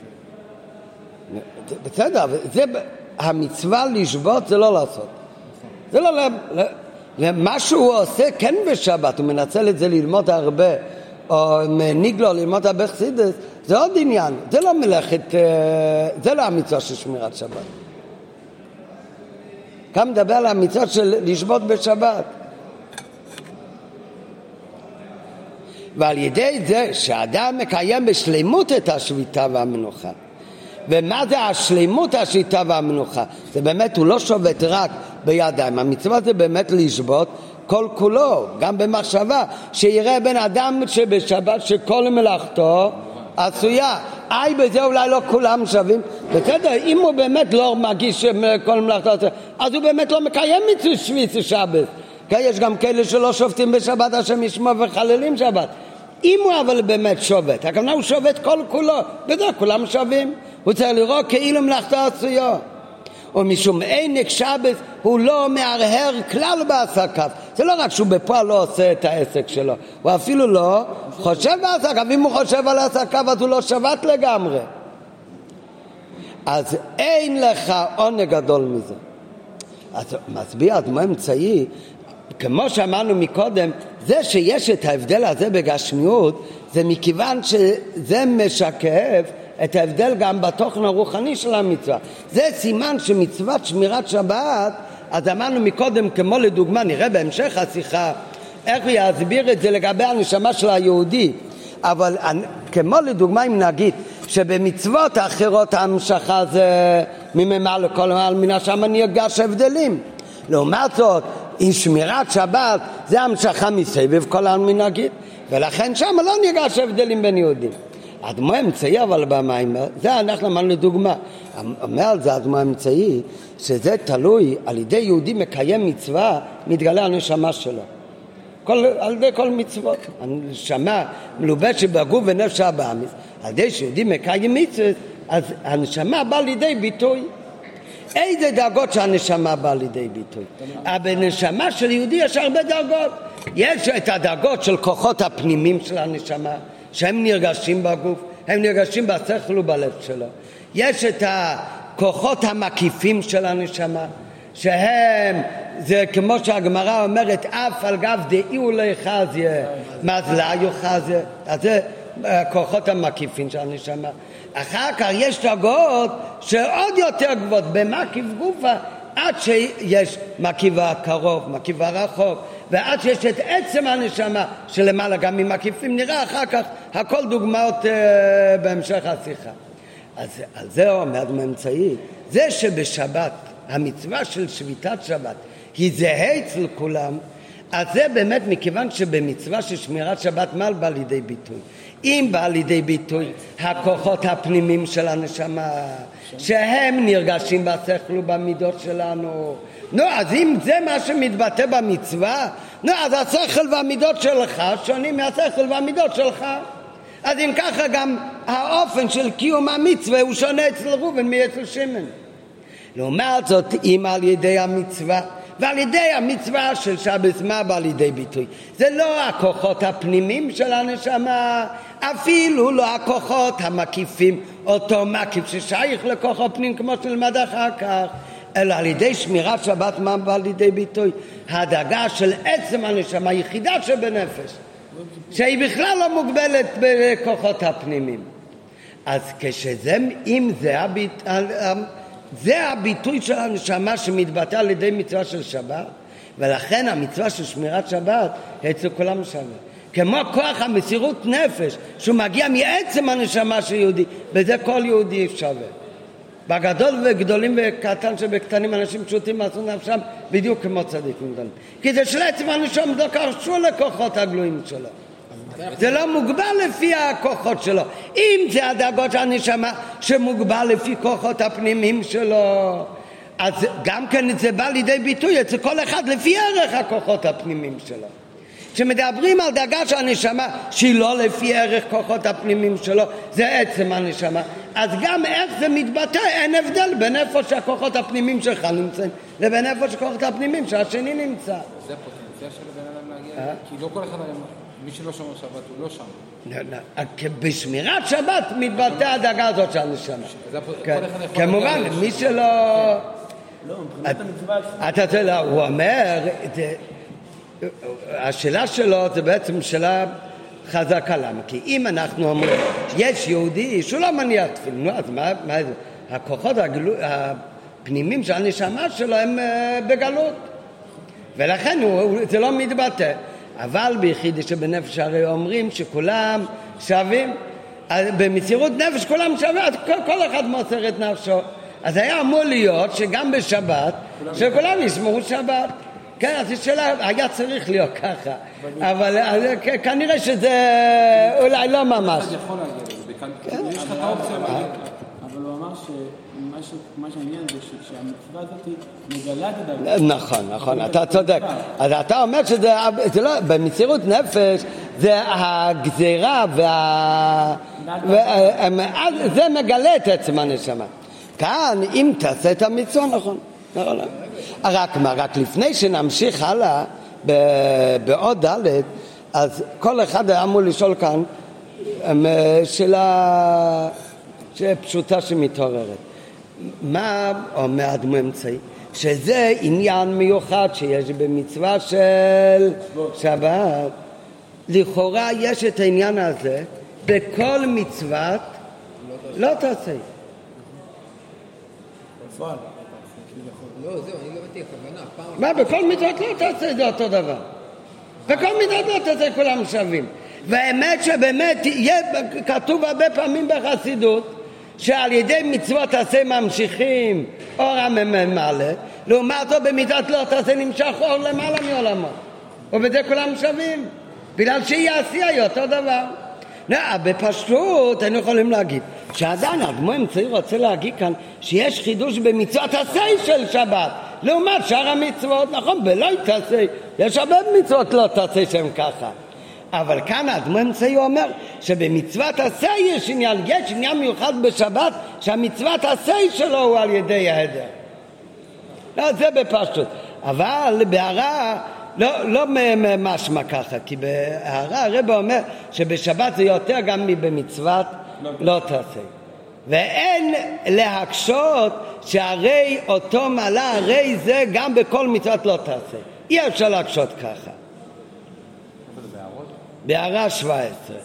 השבת. בסדר, זה... המצווה לשבות זה לא לעשות. זה לא מה שהוא עושה כן בשבת, הוא מנצל את זה ללמוד הרבה, או מנהיג לו ללמוד הרבה חסידות, זה עוד עניין, זה לא מלאכת, זה לא המצווה של שמירת שבת. כאן מדבר על המצווה של לשבות בשבת. ועל ידי זה שאדם מקיים בשלמות את השביתה והמנוחה. ומה זה השלימות השביתה והמנוחה? זה באמת, הוא לא שובת רק בידיים, המצווה זה באמת לשבות כל כולו, גם במחשבה, שיראה בן אדם שבשבת שכל מלאכתו עשויה. בזה אולי לא כולם שווים, בסדר, אם הוא באמת לא מגיש כל מלאכתו עשויה, אז הוא באמת לא מקיים מצוות שביתה שבת. יש גם כאלה שלא שובתים בשבת, השם ישמור וחללים שבת. אם הוא אבל באמת שובת, הכוונה הוא שובת כל כולו, בזה כולם שווים. הוא צריך לראות כאילו מלאכתו עשויה. ומשום עינק שבת הוא לא מהרהר כלל בעסקיו. זה לא רק שהוא בפועל לא עושה את העסק שלו, הוא אפילו לא חושב בעסקיו. אם הוא חושב על עסקיו אז הוא לא שבת לגמרי. אז אין לך עונג גדול מזה. אז מסביר אדמו אמצעי, כמו שאמרנו מקודם, זה שיש את ההבדל הזה בגשמיות, זה מכיוון שזה משקף את ההבדל גם בתוכן הרוחני של המצווה. זה סימן שמצוות שמירת שבת, אז אמרנו מקודם, כמו לדוגמה, נראה בהמשך השיחה, איך הוא יסביר את זה לגבי הנשמה של היהודי. אבל כמו לדוגמה, אם נגיד שבמצוות האחרות ההמשכה זה מממה לכל מעל מן השם נרגש הבדלים. לעומת זאת, עם שמירת שבת זה המשכה מסביב כל המנהגים, ולכן שם לא נרגש הבדלים בין יהודים. אדמו אמצעי אבל במים, זה אנחנו אמרנו דוגמה, אומר על זה אדמו אמצעי, שזה תלוי על ידי יהודי מקיים מצווה, מתגלה הנשמה שלו. על ידי כל מצוות. הנשמה מלובשת בגוף ונפש הבאמיס, על ידי שיהודי מקיים מצוות, אז הנשמה באה לידי ביטוי. איזה דרגות שהנשמה באה לידי ביטוי? בנשמה של יהודי יש הרבה דרגות. יש את הדרגות של כוחות הפנימיים של הנשמה, שהם נרגשים בגוף, הם נרגשים בשכל ובלב שלו. יש את הכוחות המקיפים של הנשמה, שהם, זה כמו שהגמרא אומרת, אף על גב דאיהו לא חזיה, מזלאיו חזיה. אז זה הכוחות המקיפים של הנשמה. אחר כך יש דרגות שעוד יותר גבוהות, במקיף גופה, עד שיש מקיף הקרוב, מקיף הרחוק, ועד שיש את עצם הנשמה שלמעלה גם ממקיפים, נראה אחר כך הכל דוגמאות בהמשך השיחה. אז על זה אומר ממצאי, זה שבשבת המצווה של שביתת שבת היא זהה אצל כולם, אז זה באמת מכיוון שבמצווה של שמירת שבת מה בא לידי ביטוי? אם בא לידי ביטוי הכוחות הפנימיים של הנשמה שהם נרגשים בשכל ובמידות שלנו, אז אם זה מה שמתבטא במצווה, אז השכל והמידות שלך שונים מהשכל והמידות שלך. אז אם ככה גם האופן של קיום המצווה הוא שונה אצל ראובן מאצל שמעון. לעומת זאת, אם על ידי המצווה ועל ידי המצווה של שבת מה בא לידי ביטוי? זה לא הכוחות הפנימיים של הנשמה, אפילו לא הכוחות המקיפים, אותו מקיף ששייך לכוחות פנים כמו שנלמד אחר כך, אלא על ידי שמירת שבת מה בא לידי ביטוי? הדאגה של עצם הנשמה היחידה שבנפש, שהיא בכלל לא מוגבלת בכוחות הפנימיים. אז כשזה, אם זה הביטוי של הנשמה שמתבטא על ידי מצווה של שבת, ולכן המצווה של שמירת שבת אצל כולם שווה. כמו כוח המסירות נפש שהוא מגיע מעצם הנשמה של יהודי, בזה כל יהודי שווה. בגדול וגדולים וקטן שבקטנים אנשים פשוטים עשו נפשם בדיוק כמו צדיקים גדולים. כי זה של עצם הנשמה לא קשור לכוחות הגלויים שלו. זה לא מוגבל לפי הכוחות שלו. אם זה הדאגות של הנשמה שמוגבל לפי כוחות הפנימיים שלו, אז גם כן זה בא לידי ביטוי אצל כל אחד לפי ערך הכוחות הפנימיים שלו. כשמדברים על דאגה של הנשמה שהיא לא לפי ערך כוחות הפנימיים שלו, זה עצם הנשמה, אז גם איך זה מתבטא, אין הבדל בין איפה שהכוחות הפנימיים שלך נמצאים לבין איפה שהכוחות הפנימיים שהשני נמצא. זה הפוטנציאל של הבן אדם להגיע, כי לא כל אחד, מי שלא שומר שבת הוא לא שם. בשמירת שבת מתבטא הדאגה הזאת של הנשמה. כמובן, מי שלא... לא, מבחינת המצווה... אתה יודע, הוא אומר, השאלה שלו זה בעצם שאלה חזקה. למה? כי אם אנחנו אומרים, יש יהודי שהוא לא מניח תפילין, אז מה זה? הכוחות הפנימיים של הנשמה שלו הם בגלות. ולכן זה לא מתבטא. אבל ביחידי שבנפש הרי אומרים שכולם שווים, במסירות נפש כולם שווים, אז כל אחד מוסר את נפשו. אז היה אמור להיות שגם בשבת שכולם ישמרו שבת. כן, אז השאלה היה צריך להיות ככה, אבל כנראה שזה אולי לא ממש. יש לך את האופציה, אבל הוא אמר שמה שהעניין זה שהמצווה הזאת מגלה את הדבר. נכון, אתה צודק. אז אתה אומר שזה לא, במסירות נפש זה הגזירה זה מגלה את עצם הנשמה. כאן אם תעשה את המצווה, נכון. רק לפני שנמשיך הלאה בעוד ד', אז כל אחד אמור לשאול כאן שאלה פשוטה שמתעוררת. מה אומר אדמו אמצעי? שזה עניין מיוחד שיש במצווה של שבת. לכאורה יש את העניין הזה בכל מצוות לא תעשה. בפועל. לא, זהו, אני לא הבנתי הכוונה. מה, בכל מצוות לא תעשה זה אותו דבר. בכל מצוות לא תעשה כולם שווים. והאמת שבאמת כתוב הרבה פעמים בחסידות שעל ידי מצוות תעשה ממשיכים אור הממלא, לעומת זאת במצוות לא תעשה נמשך אור למעלה מעולמות. ובזה כולם שווים. בגלל שהיא העשייה היא אותו דבר. בפשטות היינו יכולים להגיד שעדיין אדמו אמצעי רוצה להגיד כאן שיש חידוש במצוות עשה של שבת לעומת שאר המצוות. נכון, בלא תעשה יש הרבה מצוות לא תעשה שהם ככה, אבל כאן אדמו אמצעי אומר שבמצוות עשה יש עניין מיוחד בשבת שהמצוות עשה שלו הוא על ידי ההדר. זה בפשטות. אבל בהערה לא משמע ככה, כי בהערה הרב אומר שבשבת זה יותר גם מבמצוות לא תעשה. ואין להקשות שהרי אותו מעלה, הרי זה גם בכל מצוות לא תעשה. אי אפשר להקשות ככה. בהערה 17.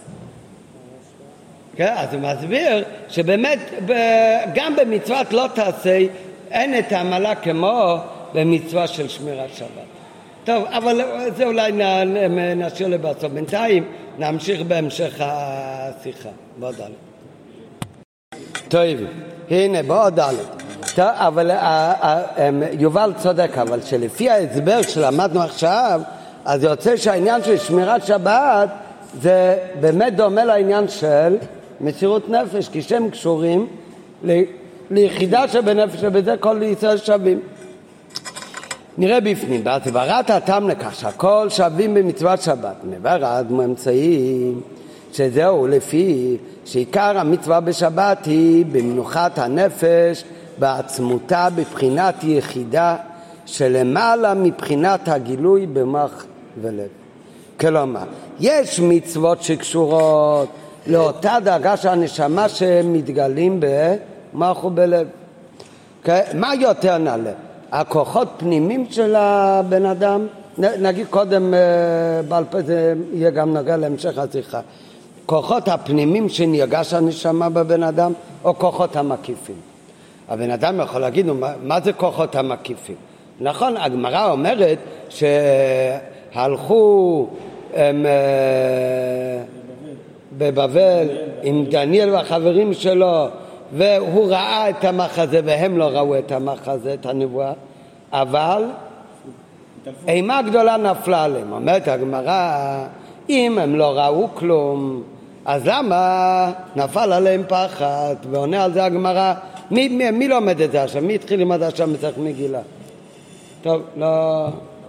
אז הוא מסביר שבאמת גם במצוות לא תעשה אין את העמלה כמו במצווה של שמירת שבת. טוב, אבל זה אולי נשאיר לבסוף. בינתיים נמשיך בהמשך השיחה. בעוד ד'. טוב, הנה בעוד ד'. טוב, אבל יובל צודק, אבל שלפי ההסבר שלמדנו עכשיו, אז יוצא שהעניין של שמירת שבת זה באמת דומה לעניין של מסירות נפש, כי שהם קשורים ליחידה שבנפש, ובזה כל ישראל שווים. נראה בפנים, בהסברת הטעם לכך שהכל שווים במצוות שבת, מבאר אמצעים שזהו לפי שעיקר המצווה בשבת היא במנוחת הנפש, בעצמותה בבחינת יחידה שלמעלה מבחינת הגילוי במוח ולב. כלומר, יש מצוות שקשורות לאותה דרגה של הנשמה שמתגלים במוח ובלב. מה יותר נעלה? הכוחות פנימיים של הבן אדם, נגיד קודם בעל פה זה יהיה גם נוגע להמשך השיחה, כוחות הפנימיים שנרגש הנשמה בבן אדם או כוחות המקיפים. הבן אדם יכול להגיד מה זה כוחות המקיפים? נכון, הגמרא אומרת שהלכו בבבל עם דניאל והחברים שלו והוא ראה את המחזה והם לא ראו את המחזה, את הנבואה, אבל אימה גדולה נפלה עליהם. אומרת הגמרא, אם הם לא ראו כלום, אז למה נפל עליהם פחד? ועונה על זה הגמרא, מי לומד את זה עכשיו? מי התחיל ללמוד עכשיו מסכת מגילה? טוב, לא...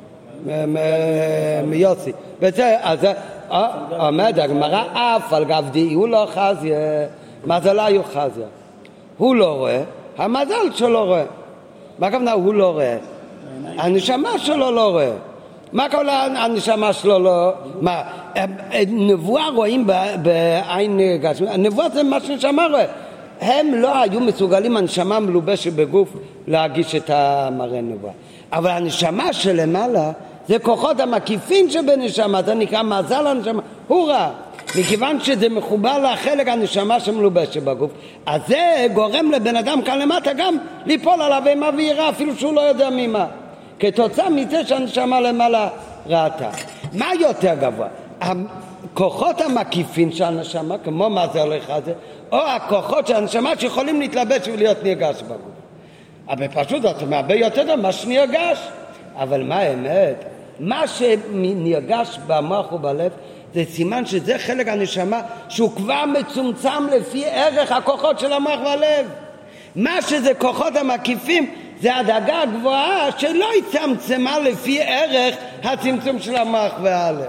מיוסי. אז אומרת הגמרא, אף על גב די הוא לא חזיה, מזלה היו חזיה. הוא לא רואה, המזל שלו רואה. מה הכוונה הוא לא רואה? הנשמה שלו לא רואה. מה הכוונה הנשמה שלו לא? מה, נבואה רואים בעין גשמי, הנבואה זה מה שנשמה רואה. הם לא היו מסוגלים, הנשמה מלובשת בגוף, להגיש את המראה נבואה. אבל הנשמה שלמעלה זה כוחות המקיפים שבנשמה, זה נקרא מזל הנשמה, הוא ראה. מכיוון שזה מחובר לחלק הנשמה שמלובשת בגוף, אז זה גורם לבן אדם כאן למטה גם ליפול עליו אימה ויראה, אפילו שהוא לא יודע ממה. כתוצאה מזה שהנשמה למעלה ראתה. מה יותר גבוה? הכוחות המקיפים של הנשמה, כמו מה זה הולך הזה, או הכוחות של הנשמה שיכולים להתלבש ולהיות נרגש בגוף. אבל פשוט זאת אומרת, הרבה יותר טוב מה שנרגש. אבל מה האמת? מה שנרגש במוח ובלב זה סימן שזה חלק הנשמה שהוא כבר מצומצם לפי ערך הכוחות של המוח והלב. מה שזה כוחות המקיפים זה הדרגה הגבוהה שלא הצמצמה לפי ערך הצמצום של המוח והלב.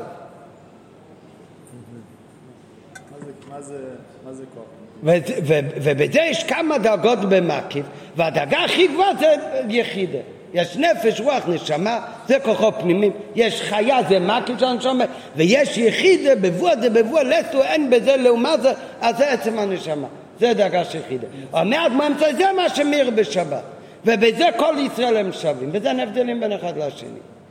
מה זה כוח? ובזה יש כמה דרגות במקיף, והדרגה הכי גבוהה זה יחידה. יש נפש, רוח, נשמה, זה כוחות פנימיים. יש חיה, זה מקיף של הנשמה, ויש יחידה, בבוא זה בבוא, לסו, אין בזה לעומת זה, אז זה עצם הנשמה. זה דרגה של יחידה. אומרת מאמצע, זה מה שמיר בשבת. ובזה כל ישראל הם שווים, וזה נבדלים בין אחד לשני.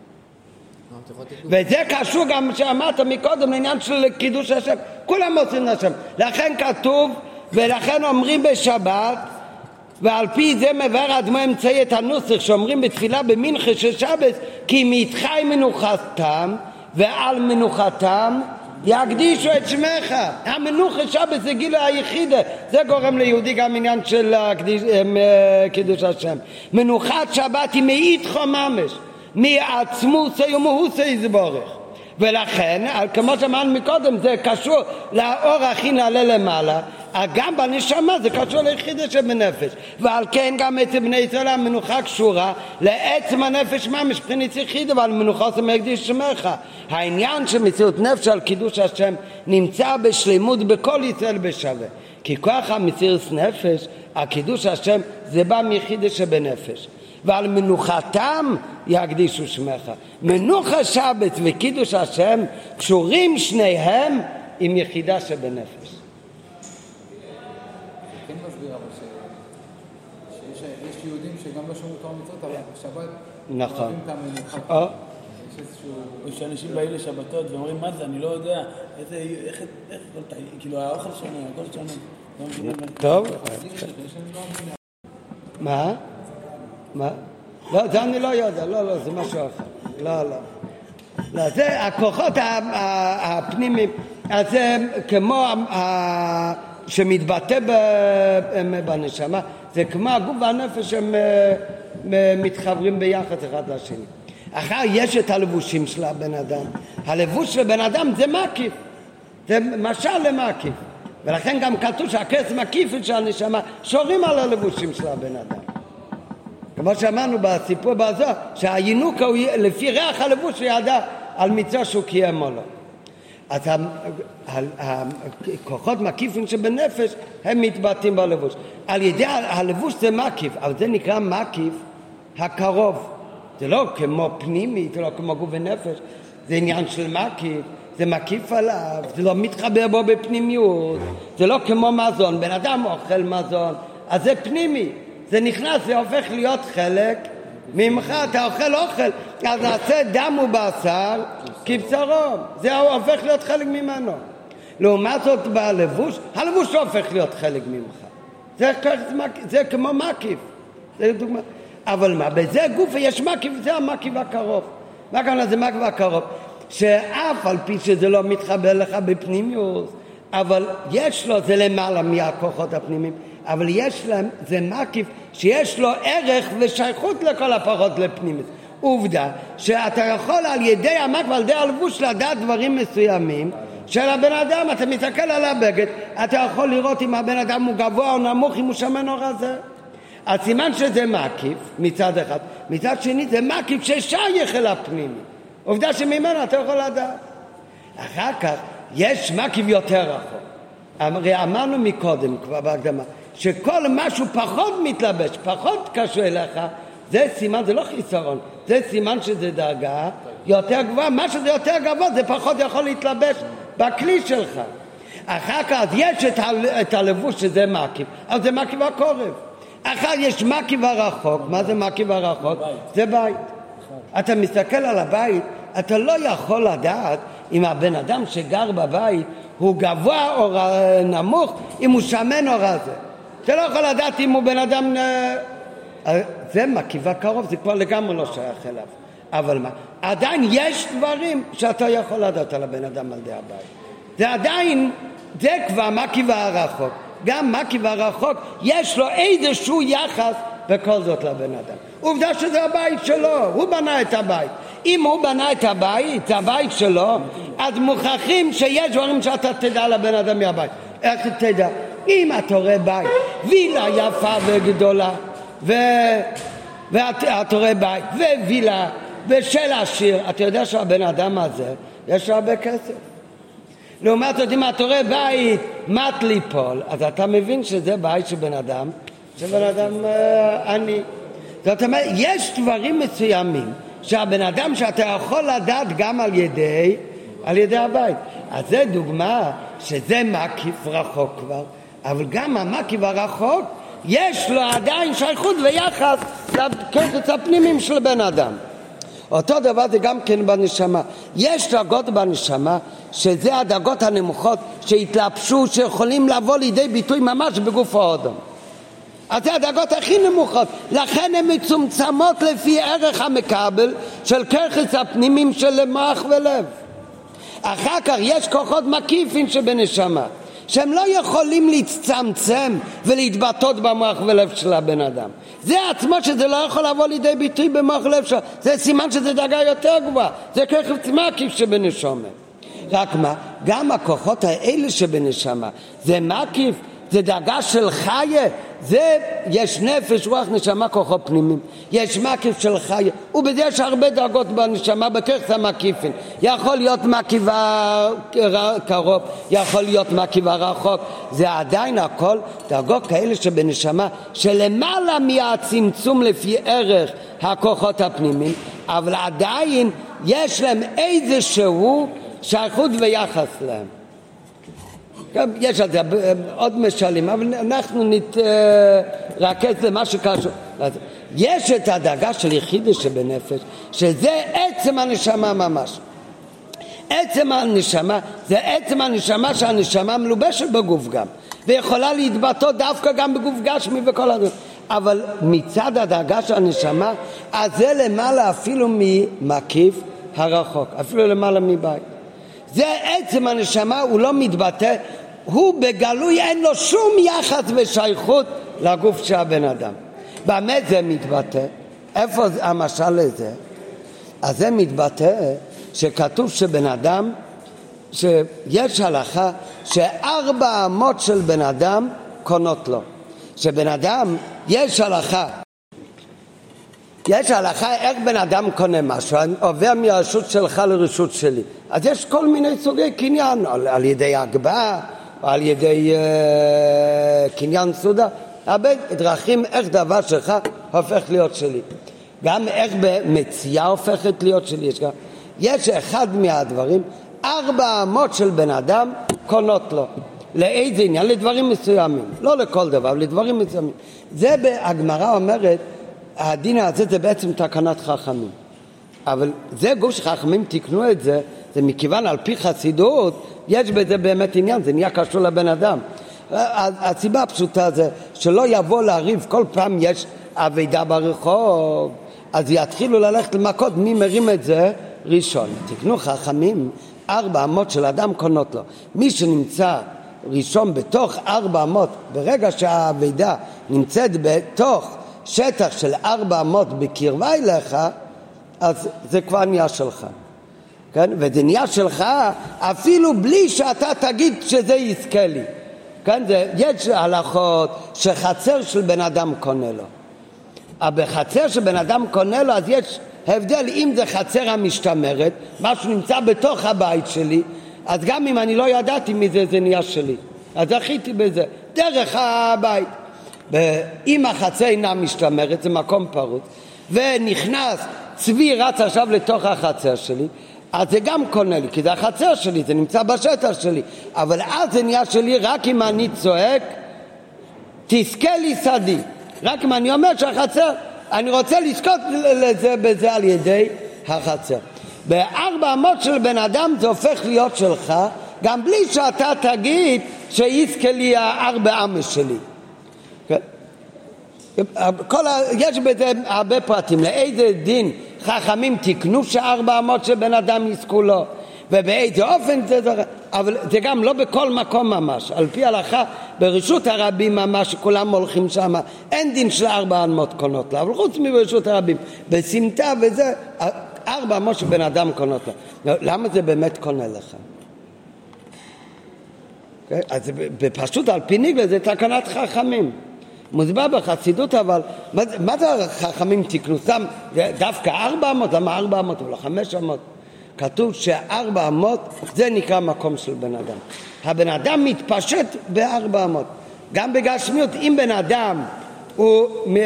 וזה קשור גם שאמרת מקודם לעניין של קידוש השם, כולם עושים לשם. לכן כתוב, ולכן אומרים בשבת, ועל פי זה מבאר אדמו אמצעי את הנוסח שאומרים בתפילה במנחה של שבת, כי מתחי מנוחתם ועל מנוחתם יקדישו את שמך. המנוחה שבת זה גיל היחידה, זה גורם ליהודי גם עניין של קידוש השם. מנוחת שבת היא מאיתך ממש, מעצמוסי ומהוסי יזבורך. ולכן, כמו שאמרנו מקודם, זה קשור לאור הכי נעלה למעלה, גם בנשמה זה קשור ליחידה שבנפש. ועל כן גם אצל בני ישראל המנוחה קשורה לעצם הנפש ממש מבחינת יחידה, ועל מנוחה זה מקדיש שמך. העניין של מציאות נפש על קידוש השם נמצא בשלמות בכל ישראל בשווה. כי כוח המציאות נפש, הקידוש השם, זה בא מיחידה שבנפש. ועל מנוחתם יקדישו שמך. מנוחה שבת וקידוש השם קשורים שניהם עם יחידה שבנפש. כן מסביר אבל שיש יהודים שגם לא שומעים תורה מצוות, אבל בשבת נכון. אוהבים את המנוחה. או שאנשים באים לשבתות ואומרים מה זה, אני לא יודע, איך כאילו האוכל שונה, הכל שונה. טוב. מה? לא, זה אני לא יודע, לא, זה משהו אחר. לא, זה הכוחות הפנימיים, אז זה כמו שמתבטא בנשמה, זה כמו הגוף והנפש שהם מתחברים ביחד אחד לשני. אחר יש את הלבושים של הבן אדם. הלבוש של בן אדם זה מקיף, זה משל למקיף, ולכן גם כתוב שהכס מקיף של הנשמה שורים על הלבושים של הבן אדם, כמו שאמרנו בסיפור בזוהר שהינוק הוא לפי ריח הלבוש שידע על מצווה שהוא קיים או לא. אז הכוחות מקיפים שבנפש הם מתבטאים בלבוש. על ידי הלבוש זה מקיף, אבל זה נקרא מקיף הקרוב. זה לא כמו פנימי, זה לא כמו גוף ונפש, זה עניין של מקיף, זה מקיף עליו, זה לא מתחבר בו בפנימיות, זה לא כמו מזון, בן אדם אוכל מזון, אז זה פנימי, זה נכנס, זה הופך להיות חלק ממך, אתה אוכל, אז נעשה דם ובשר כבשרו, זה הופך להיות חלק ממנו. לעומת זאת בלבוש, הלבוש לא הופך להיות חלק ממך, זה כמו מקיף, זה דוגמה. אבל מה, בזה גוף יש מקיף, זה המקיף הקרוב. מה כאן זה מקיף הקרוב? שאף על פי שזה לא מתחבר לך בפנימיות, אבל יש לו, זה למעלה מהכוחות הפנימיים, אבל יש להם, זה מקיף שיש לו ערך ושייכות לכל הפחות לפנימיות. עובדה שאתה יכול על ידי המקיף, על ידי הלבוש לדעת דברים מסוימים של הבן אדם. אתה מסתכל על הבגד, אתה יכול לראות אם הבן אדם הוא גבוה או נמוך, אם הוא שמן או רזה. הסימן שזה מקיף מצד אחד, מצד שני זה מקיף ששייך אל הפנימי, עובדה שממנו אתה יכול לדעת. אחר כך יש מקיף יותר רחוק. הרי אמרנו מקודם כבר בהקדמה שכל משהו פחות מתלבש, פחות קשור אליך, זה סימן, זה לא חיסרון, זה סימן שזה דרגה יותר גבוהה. מה שזה יותר גבוה זה פחות יכול להתלבש בכלי שלך. אחר כך יש את הלבוש שזה מקיף, אבל זה מקיף הקורב. אחר יש מקיף הרחוק. מה זה מקיף הרחוק? זה בית. אתה מסתכל על הבית, אתה לא יכול לדעת אם הבן אדם שגר בבית הוא גבוה או נמוך, אם הוא שמן או רזה. אתה לא יכול לדעת אם הוא בן אדם, זה מקיף הקרוב, זה כבר לגמרי לא שייך אליו. אבל מה? עדיין יש דברים שאתה יכול לדעת על הבן אדם על די הבית. זה עדיין, זה כבר מקיף הרחוק. גם מקיף הרחוק יש לו איזשהו יחס בכל זאת לבן אדם. עובדה שזה הבית שלו, הוא בנה את הבית. אם הוא בנה את הבית, זה הבית שלו, אז מוכרחים שיש דברים שאתה תדע לבן אדם מהבית. איך תדע? אם אתה רואה בית, וילה יפה וגדולה, ואתה רואה בית, ווילה, ושל עשיר, אתה יודע שהבן אדם הזה, יש לו הרבה כסף. לעומת זאת, אם אתה רואה בית מת ליפול, אז אתה מבין שזה בית של בן אדם, עני. זאת אומרת, יש דברים מסוימים שהבן אדם שאתה יכול לדעת גם על ידי הבית. אז זה דוגמה שזה מקיף רחוק כבר, אבל גם המקיף הרחוק יש לו עדיין שייכות ויחס לכוחות הפנימיים של בן אדם. אותו דבר זה גם כן בנשמה. יש דרגות בנשמה שזה הדרגות הנמוכות שהתלבשו, שיכולים לבוא לידי ביטוי ממש בגוף האדם. אז זה הדרגות הכי נמוכות, לכן הן מצומצמות לפי ערך המקבל של כוחות הפנימיים של מוח ולב. אחר כך יש כוחות מקיפים שבנשמה שהם לא יכולים להצטמצם ולהתבטאות במוח ולב של הבן אדם. זה עצמו שזה לא יכול לבוא לידי ביטוי במוח ולב שלו, זה סימן שזה דרגה יותר גבוהה, זה כוחות מקיף שבנשמה. רק מה, גם הכוחות האלה שבנשמה זה מקיף, זה דרגה של חיה, זה יש נפש, רוח, נשמה, כוחו פנימיים, יש מקיף של חיה, ובזה יש הרבה דרגות בנשמה, בכך המקיפים, יכול להיות מקיף קרוב, יכול להיות מקיף רחוק, זה עדיין הכל דרגות כאלה שבנשמה, שלמעלה מהצמצום לפי ערך הכוחות הפנימיים, אבל עדיין יש להם איזשהו שייכות ויחס להם. יש על זה עוד משלים, אבל אנחנו נתרכז למה שקשור. יש את הדרגה של יחידה שבנפש, שזה עצם הנשמה ממש. עצם הנשמה, זה עצם הנשמה שהנשמה מלובשת בגוף גם, ויכולה להתבטא דווקא גם בגוף גשמי וכל הדברים. אבל מצד הדרגה של הנשמה, אז זה למעלה אפילו ממקיף הרחוק, אפילו למעלה מבית. זה עצם הנשמה, הוא לא מתבטא, הוא בגלוי, אין לו שום יחס ושייכות לגוף של הבן אדם. באמת זה מתבטא? איפה המשל לזה? אז זה מתבטא שכתוב שבן אדם, שיש הלכה שארבע אמות של בן אדם קונות לו. שבן אדם, יש הלכה איך בן אדם קונה משהו, עובר מהרשות שלך לרשות שלי. אז יש כל מיני סוגי קניין, על ידי הגבהה, או על ידי קניין סודה, הרבה דרכים איך דבר שלך הופך להיות שלי. גם איך במציאה הופכת להיות שלי. יש אחד מהדברים, ארבע אמות של בן אדם קונות לו. לאיזה עניין? לדברים מסוימים. לא לכל דבר, לדברים מסוימים. זה הגמרא אומרת, הדין הזה זה בעצם תקנת חכמים. אבל זה גוף שחכמים תקנו את זה, זה מכיוון על פי חסידות, יש בזה באמת עניין, זה נהיה קשור לבן אדם. הסיבה הפשוטה זה שלא יבוא להריב, כל פעם יש עבידה ברחוב, אז יתחילו ללכת למכות, מי מרים את זה? ראשון. תקנו חכמים, 4 אמות של אדם קונות לו. מי שנמצא ראשון בתוך 4 אמות, ברגע שהעבידה נמצאת בתוך שטח של 4 אמות בקרבה אליך, אז זה כבר נהיה שלך. כן? וזה נהיה שלך אפילו בלי שאתה תגיד שזה יזכה לי. כן? יש הלכות שחצר של בן אדם קונה לו. אבל בחצר של בן אדם קונה לו, אז יש הבדל אם זה חצר המשתמרת, משהו נמצא בתוך הבית שלי, אז גם אם אני לא ידעתי מזה, זה נהיה שלי. אז זכיתי בזה, דרך הבית. ואם החצר אינה משתמרת, זה מקום פרוץ, ונכנס צבי רץ עכשיו לתוך החצר שלי, אז זה גם קונה לי, כי זה החצר שלי, זה נמצא בשטח שלי. אבל אז זה נהיה שלי רק אם אני צועק, תזכה לי שדי. רק אם אני אומר שהחצר, אני רוצה לזכות לזה בזה על ידי החצר. ב4 אמות של בן אדם זה הופך להיות שלך, גם בלי שאתה תגיד שיזכה לי 4 אמות שלי. יש בזה הרבה פרטים, לאיזה דין חכמים תקנו ש4 אמות של בן אדם יזכו לו, ובאיזה אופן זה, אבל זה גם לא בכל מקום ממש, על פי הלכה ברשות הרבים ממש שכולם הולכים שם, אין דין של 4 אמות קונות לו, אבל חוץ מברשות הרבים, בסמטה וזה, 4 אמות של בן אדם קונות לו. למה זה באמת קונה לך? אז בפשוט על פי ניגלה זה תקנת חכמים. מוסבר בחסידות, אבל מה זה חכמים תקנו? סתם דווקא 4 אמות, למה 4 אמות ולא 5 אמות? כתוב ש4 אמות זה נקרא מקום של בן אדם. הבן אדם מתפשט ב4 אמות. גם בגשמיות, אם בן אדם הוא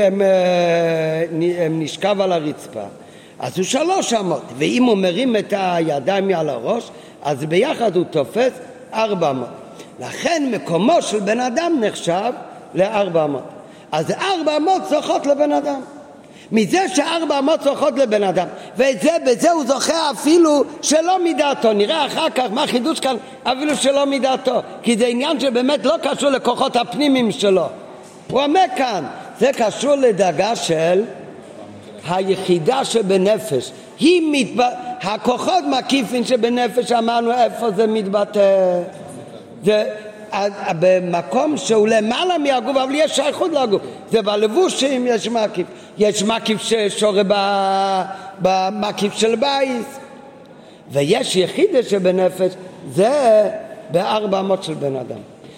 נשכב על הרצפה, אז הוא 3 אמות, ואם הוא מרים את הידיים מעל הראש, אז ביחד הוא תופס 4 אמות. לכן מקומו של בן אדם נחשב ל4 אמות. אז 4 אמות זוכות לבן אדם. מזה ש4 אמות זוכות לבן אדם, ובזה הוא זוכה אפילו שלא מדעתו. נראה אחר כך מה חידוש כאן, אפילו שלא מדעתו, כי זה עניין שבאמת לא קשור לכוחות הפנימיים שלו. הוא אומר כאן, זה קשור לדרגה של היחידה שבנפש. הכוחות מקיפים שבנפש, אמרנו איפה זה מתבטא. זה במקום שהוא למעלה מהגוף, אבל יש שייכות לגוף. זה בלבושים יש מקיף. יש מקיף ששורה במקיף של בית. ויש יחידה שבנפש, זה ב4 אמות של בן אדם.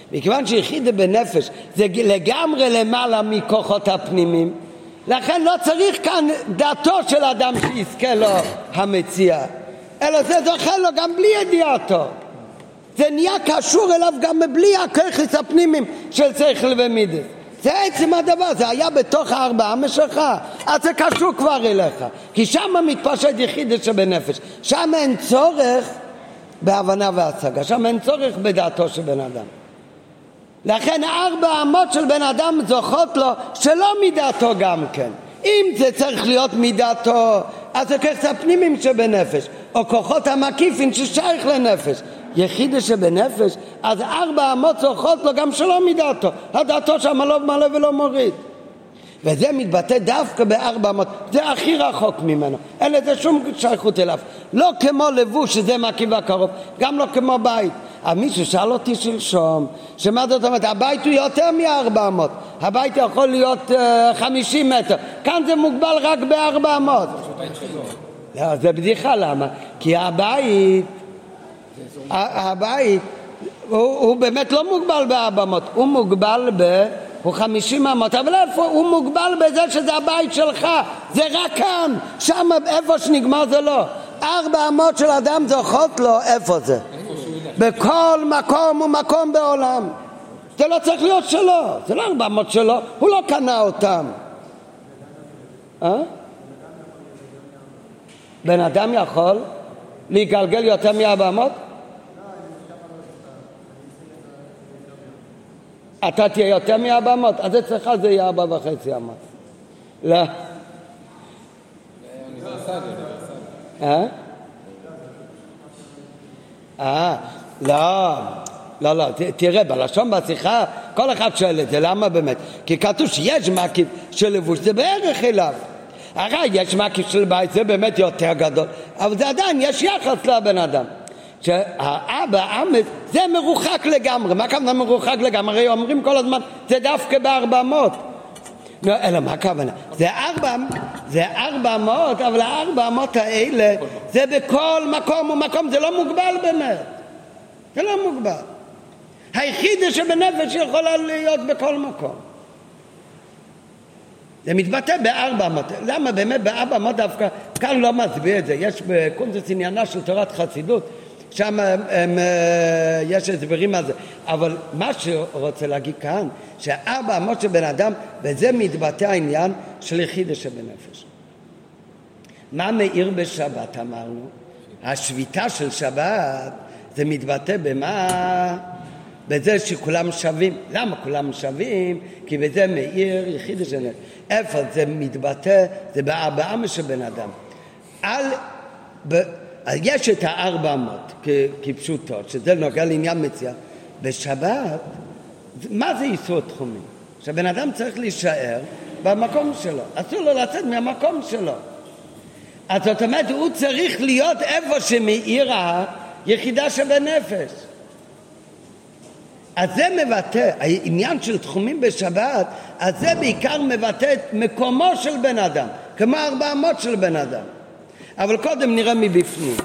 מכיוון שיחידה בנפש זה לגמרי למעלה מכוחות הפנימיים, לכן לא צריך כאן דעתו של אדם שיזכה לו המציע, אלא זה זוכה לו גם בלי ידיעתו. זה נהיה קשור אליו גם בלי הכוחות הפנימיים של שכל ומידות. זה עצם הדבר, זה היה בתוך הארבעה משך, אז זה קשור כבר אליך, כי שם מתפשט יחידה שבנפש, שם אין צורך בהבנה והשגה, שם אין צורך בדעתו של בן אדם. לכן 4 אמות של בן אדם זוכות לו שלא מדעתו גם כן. אם זה צריך להיות מדעתו, אז זה כוחות הפנימיים שבנפש, או כוחות המקיפים ששייך לנפש. יחידה שבנפש, אז 4 אמות זוכות לו גם שלא מדעתו, הדעתו שם לא מלא ולא מוריד, וזה מתבטא דווקא ב4 אמות, זה הכי רחוק ממנו, אין לזה שום שייכות אליו, לא כמו לבוש שזה מקיף הקרוב, גם לא כמו בית. מישהו שאל אותי שלשום, שמה זאת אומרת, הבית הוא יותר מ4 אמות, הבית יכול להיות 50 מטר, כאן זה מוגבל רק ב4 אמות. לא, זה בדיחה, למה? כי הבית הוא באמת לא מוגבל ב4 אמות, הוא מוגבל הוא 50 אמות, אבל איפה? הוא מוגבל בזה שזה הבית שלך, זה רק כאן, שם איפה שנגמר זה לא. 4 אמות של אדם זוכות לו, איפה זה? בכל מקום ומקום בעולם. זה לא צריך להיות שלו, זה לא 4 אמות שלו, הוא לא קנה אותם. בן אדם יכול להיגלגל יותר מ4 אמות? אתה תהיה יותר מ4 אמות, אז אצלך זה יהיה 4.5 אמות. לא. לא, תראה, בלשון בשיחה כל אחד שואל את זה, למה באמת? כי כתוב שיש מקיף של לבוש, זה בערך אליו. הרי יש מקיף של בית, זה באמת יותר גדול, אבל זה עדיין, יש יחס לבן אדם. שהאבא אמץ זה מרוחק לגמרי. מה הכוונה מרוחק לגמרי? הרי אומרים כל הזמן זה דווקא ב4 אמות. אלא מה הכוונה? זה 4 אמות, אבל 4 אמות האלה זה בכל מקום ומקום, זה לא מוגבל באמת, זה לא מוגבל. היחידה שבנפש יכולה להיות בכל מקום. זה מתבטא ב4 אמות. למה באמת ב4 אמות דווקא? כאן לא מסביר את זה. יש בקונטקסט עניינה של תורת חסידות, שם יש הסברים על זה, אבל מה שרוצה להגיד כאן, ש4 אמות של בן אדם, וזה מתבטא העניין של יחידה שבנפש. מה מאיר בשבת אמרנו? השביתה של שבת זה מתבטא במה? בזה שכולם שווים. למה כולם שווים? כי בזה מאיר יחידה של נפש. איפה זה מתבטא? זה ב4 אמות של בן אדם. יש את 4 אמות כפשוטות, שזה נוגע לעניין מציאה. בשבת, מה זה איסור תחומים? שהבן אדם צריך להישאר במקום שלו, אסור לו לצאת מהמקום שלו. אז זאת אומרת, הוא צריך להיות איפה שמאיר היחידה שבנפש. אז זה מבטא, העניין של תחומים בשבת, אז זה בעיקר מבטא את מקומו של בן אדם, כמו 4 אמות של בן אדם. אבל קודם נראה מבפנים.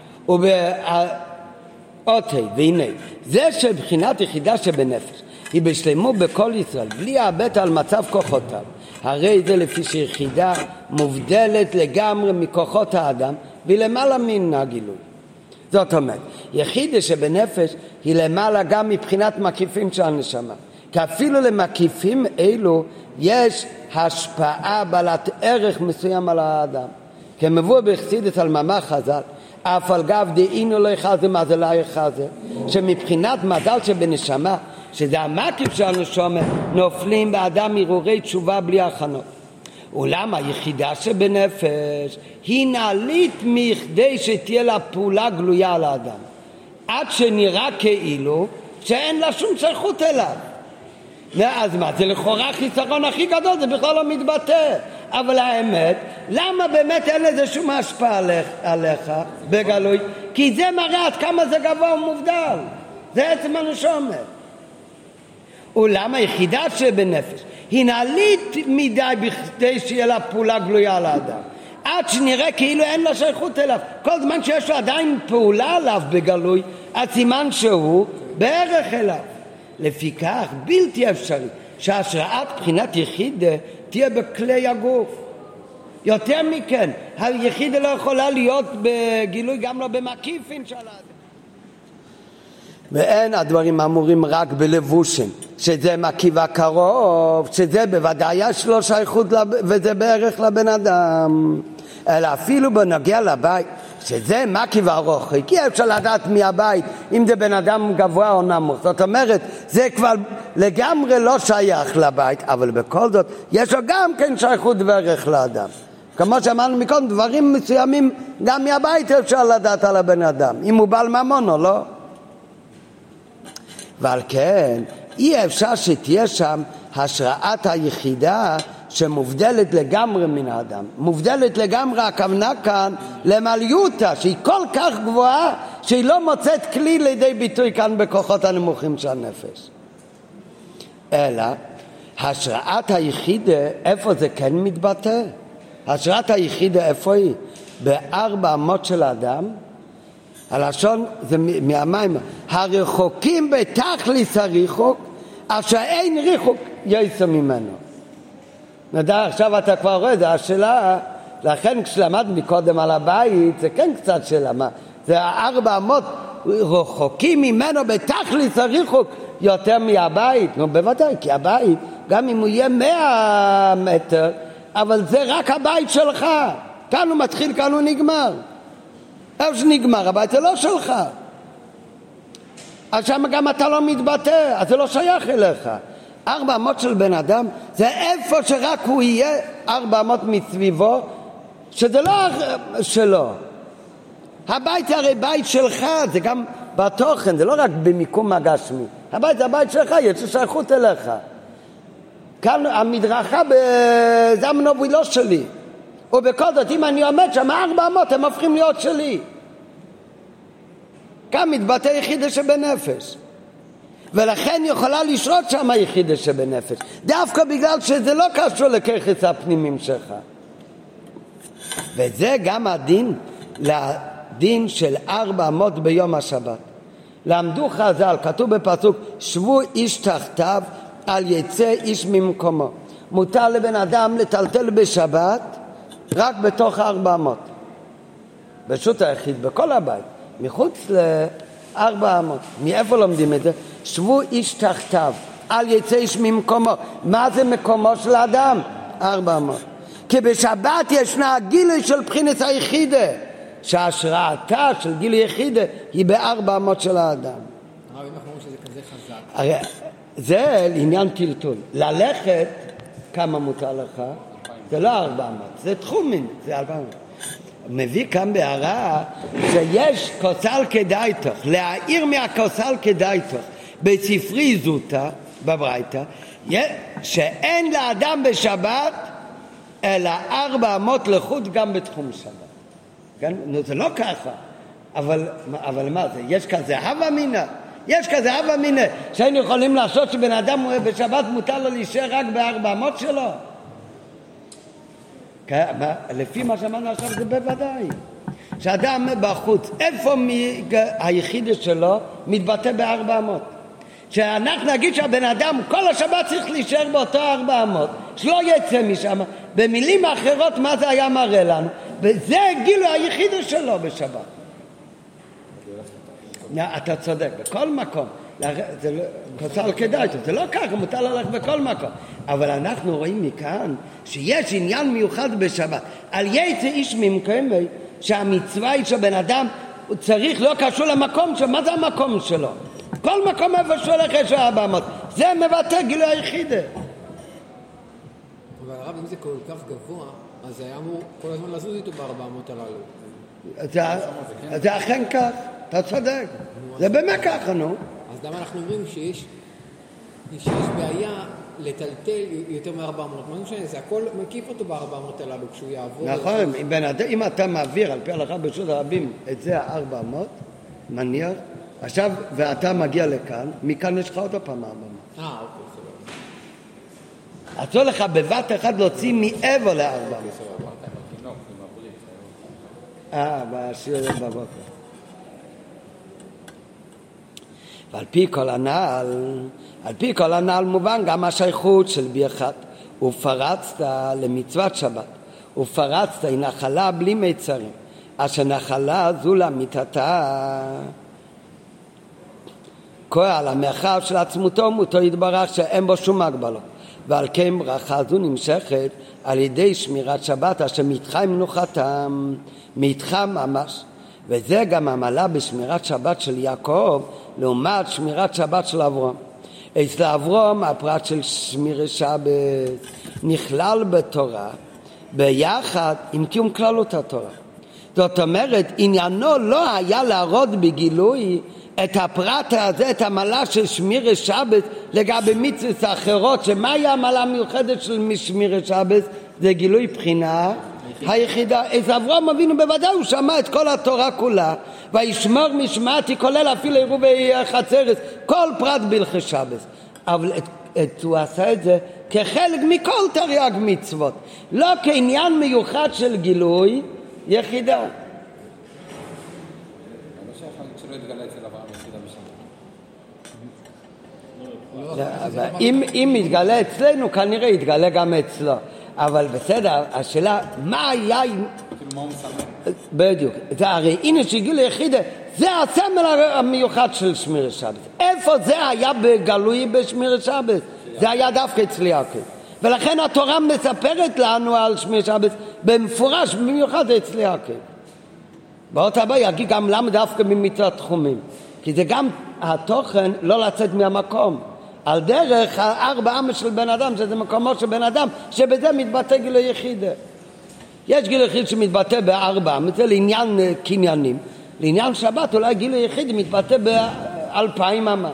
והנה, זה שבחינת יחידה שבנפש היא בשלמות בכל ישראל, בלי לאבד על מצב כוחותיו, הרי זה לפי שיחידה מובדלת לגמרי מכוחות האדם והיא למעלה מן הגילוי. זאת אומרת, יחידה שבנפש היא למעלה גם מבחינת מקיפים של הנשמה, כי אפילו למקיפים אלו יש השפעה בעלת ערך מסוים על האדם. כמבוא בחסידות על מאמר חז"ל, אף על גב דהינו לא יחזה מזל לא יחזה, שמבחינת מזל שבנשמה, שזה המקיף של הנשמה, נופלים באדם הרהורי תשובה בלי הכנות. אולם היחידה שבנפש היא נעלית מכדי שתהיה לה פעולה גלויה על האדם, עד שנראה כאילו שאין לה שום שייכות אליו. אז מה, זה לכאורה חיסרון הכי גדול, זה בכלל לא מתבטא. אבל האמת, למה באמת אין לזה שום השפעה עליך בגלוי? כי זה מראה עד כמה זה גבוה ומובדל, זה עצם הנשמה. אולם היחידה שבנפש היא נעלית מדי בכדי שיהיה לה פעולה גלויה על האדם, עד שנראה כאילו אין לה שייכות אליו. כל זמן שיש לו עדיין פעולה עליו בגלוי, הסימן שהוא בערך אליו. לפיכך בלתי אפשרי שהשראת בחינת יחידה תהיה בכלי הגוף. יותר מכן, היחידה לא יכולה להיות בגילוי גם לא במקיפין של האדם. ואין הדברים אמורים רק בלבושים, שזה מקיף הקרוב, שזה בוודאי יש לו שייכות וזה בערך לבן אדם, אלא אפילו בנוגע לבית, שזה מקיף הרוחק, כי אפשר לדעת מהבית אם זה בן אדם גבוה או נמוך. זאת אומרת, זה כבר לגמרי לא שייך לבית, אבל בכל זאת יש לו גם כן שייכות וערך לאדם. כמו שאמרנו מקודם, דברים מסוימים גם מהבית אפשר לדעת על הבן אדם, אם הוא בעל ממון או לא. ועל כן אי אפשר שתהיה שם השראת היחידה שמובדלת לגמרי מן האדם. מובדלת לגמרי, הכוונה כאן למעליותה, שהיא כל כך גבוהה שהיא לא מוצאת כלי לידי ביטוי כאן בכוחות הנמוכים של הנפש. אלא השראת היחידה, איפה זה כן מתבטא? השראת היחידה איפה היא? בארבע אמות של האדם. הלשון זה מהמים, הרחוקים בתכליס הריחוק, אשר אין ריחוק יצא ממנו. נדע, עכשיו אתה כבר רואה, זה השאלה, לכן כשלמד מקודם על הבית, זה כן קצת שאלה, מה? זה 400 רחוקים ממנו בתכליס הריחוק יותר מהבית. נו, בוודאי, כי הבית, גם אם הוא יהיה 100 מטר, אבל זה רק הבית שלך. כאן הוא מתחיל, כאן הוא נגמר. איפה שנגמר הבית זה לא שלך, אז שם גם אתה לא מתבטא, אז זה לא שייך אליך. 400 של בן אדם זה איפה שרק הוא יהיה 400 מסביבו, שזה לא שלו. הבית זה הרי בית שלך, זה גם בתוכן, זה לא רק במיקום הגשמי. הבית זה הבית שלך, יש שייכות אליך. כאן המדרכה בזמנובי לא שלי, ובכל זאת אם אני עומד שם 400 הם הופכים להיות שלי. כאן מתבטא יחידה שבנפש, ולכן יכולה לשרות שם היחידה שבנפש, דווקא בגלל שזה לא קשור לכיחס הפנימיים שלך. וזה גם הדין לדין של 400 ביום השבת. למדו חז"ל, כתוב בפסוק, שבו איש תחתיו על יצא איש ממקומו. מותר לבן אדם לטלטל בשבת רק בתוך 400, ברשות היחיד בכל הבית, מחוץ ל400. מאיפה לומדים את זה? שבו איש תחתיו על יצא איש ממקומו. מה זה מקומו של האדם? 400. כי בשבת ישנה הגילוי של בחינת היחידה, שהשראתה של גילוי יחידה היא ב400 של האדם. הרב, אם אנחנו אומרים שזה כזה חזק, הרי זה לעניין טלטול. ללכת כמה מותר לך? זה לא 400, זה תחומין, זה 400. מביא כאן בהערה שיש כוסל כדאי תוך, להעיר מהכוסל כדאי תוך, בספרי זוטה, בברייתא, שאין לאדם בשבת אלא 400 לחוט גם בתחום שבת. כן? זה לא ככה, אבל מה זה? יש כזה הווה מינה, יש כזה הווה מינה, שהיינו יכולים לעשות שבן אדם בשבת מותר לו להישאר רק ב400 שלו? לפי מה שאמרנו עכשיו זה בוודאי שאדם בחוץ, איפה היחידה שלו מתבטא ב400? שאנחנו נגיד שהבן אדם כל השבת צריך להישאר באותו 400, שלא יצא משם. במילים אחרות מה זה היה מראה לנו? וזה גילו היחידה שלו בשבת. אתה צודק, בכל מקום זה כוסל כדאי, זה לא ככה, מותר ללכת בכל מקום, אבל אנחנו רואים מכאן שיש עניין מיוחד בשבת על יצא איש ממקומי, שהמצווה היא שבן אדם הוא צריך, לא קשור למקום שלו. מה זה המקום שלו? כל מקום איפה שהוא הולך יש 400, זה מבטא גילוי היחידה. אבל הרב, אם זה כל כך גבוה, אז זה היה אמור כל הזמן לזוז איתו ב400 הללו. זה אכן כך, אתה צודק, זה באמת ככה, נו. אז למה אנחנו אומרים שיש בעיה לטלטל יותר מ400? מה משנה, זה הכל מקיף אותו ב400 הללו כשהוא יעבור. נכון, אם אתה מעביר על פי הלכה ברשות הרבים את זה 400, מניח, עכשיו ואתה מגיע לכאן, מכאן יש לך עוד פעם 400. אוקיי, סבבה. אסור לך בבת אחד להוציא מעבר ל400. בשיעור בבוקר. ועל פי כל הנעל מובן גם השייכות של ביחד. ופרצת למצוות שבת, ופרצת היא נחלה בלי מיצרים, אשר נחלה זו למיתתה. כל המרחב של עצמותו ומותו יתברך שאין בו שום הגבלות, ועל כן ברכה זו נמשכת על ידי שמירת שבת אשר מתחה עם מנוחתם, מתחה ממש. וזה גם המעלה בשמירת שבת של יעקב לעומת שמירת שבת של אברהם. אצל אברהם הפרט של שמירת שבת נכלל בתורה ביחד עם קיום כללות התורה. זאת אומרת, עניינו לא היה להראות בגילוי את הפרט הזה, את המעלה של שמירת שבת לגבי מצוות האחרות. שמה היה המעלה המיוחדת של שמירת שבת? זה גילוי בחינה היחידה. אז אברהם אבינו בוודאי הוא שמע את כל התורה כולה, וישמור משמעתי כולל אפילו עירובי חצרת, כל פרט בהלכות שבת. אבל הוא עשה את זה כחלק מכל תרי"ג מצוות, לא כעניין מיוחד של גילוי יחידה. אם יתגלה אצלנו כנראה יתגלה גם אצלו, אבל בסדר, השאלה מה היה בדיוק, זה הרי הנה שגילוי יחידה זה הסמל המיוחד של שמירת שבת. איפה זה היה בגלוי בשמירת שבת? זה היה דווקא אצל יעקב, ולכן התורה מספרת לנו על שמירת שבת במפורש במיוחד אצל יעקב. באות הבא יגיד גם למה דווקא במצוות תחומים, כי זה גם התוכן לא לצאת מהמקום על דרך הארבע אמת של בן אדם, שזה מקומו של בן אדם, שבזה מתבטא גילוי יחידה. יש גילוי יחיד שמתבטא בארבע אמת, זה לעניין קניינים. לעניין שבת אולי גילוי יחיד מתבטא ב2000 אמה.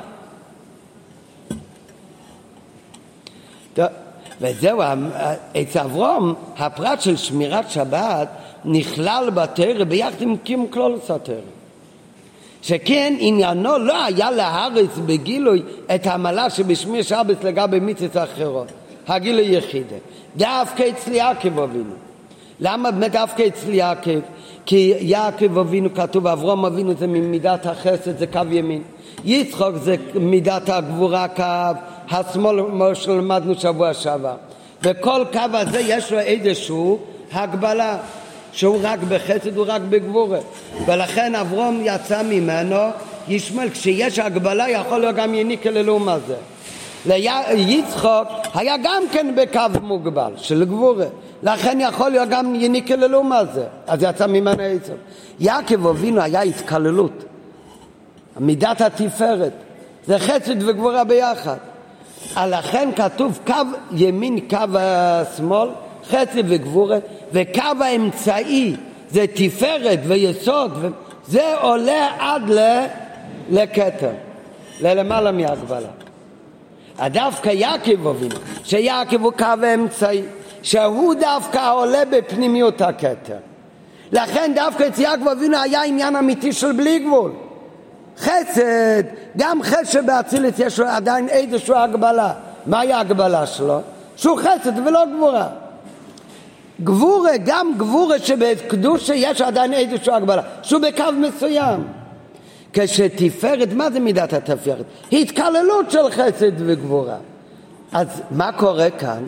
וזהו, אצל אברהם הפרט של שמירת שבת נכלל בתורה ביחד עם קיום כללות התורה, שכן עניינו לא היה להרס בגילוי את המעלה שבשמירת שבת לגבי מצוות אחרות, הגילוי יחידה. דווקא אצל יעקב אבינו. למה באמת דווקא אצל יעקב? כי יעקב אבינו כתוב, אברהם אבינו זה ממידת החסד, זה קו ימין, יצחק זה מידת הגבורה, קו השמאל, כמו שלמדנו שבוע שעבר. וכל קו הזה יש לו איזשהו הגבלה, שהוא רק בחסד, הוא רק בגבורה, ולכן אברהם יצא ממנו ישמעאל. כשיש הגבלה יכול להיות גם יניקה ללעומת זה. ליצחק היה גם כן בקו מוגבל של גבורה, לכן יכול להיות גם יניקה ללעומת זה, אז יצא ממנו יצחק. יעקב אבינו היה התקללות, מידת התפארת, זה חסד וגבורה ביחד. לכן כתוב קו ימין, קו השמאל, חסד וגבורה, וקו האמצעי זה תפארת ויסוד, זה עולה עד לכתר, למעלה מהגבלה. דווקא יעקב אבינו, שיעקב הוא קו האמצעי, שהוא דווקא עולה בפנימיות הכתר. לכן דווקא אצל יעקב אבינו היה עניין אמיתי של בלי גבול. חסד, גם חסד שבאצילת יש לו עדיין איזושהי הגבלה. מהי ההגבלה שלו? שהוא חסד ולא גבורה. גבורה, גם גבורה שבקדושה יש עדיין איזושהי הגבלה, שהוא בקו מסוים. כשתפארת, מה זה מידת התפארת? התקללות של חסד וגבורה. אז מה קורה כאן?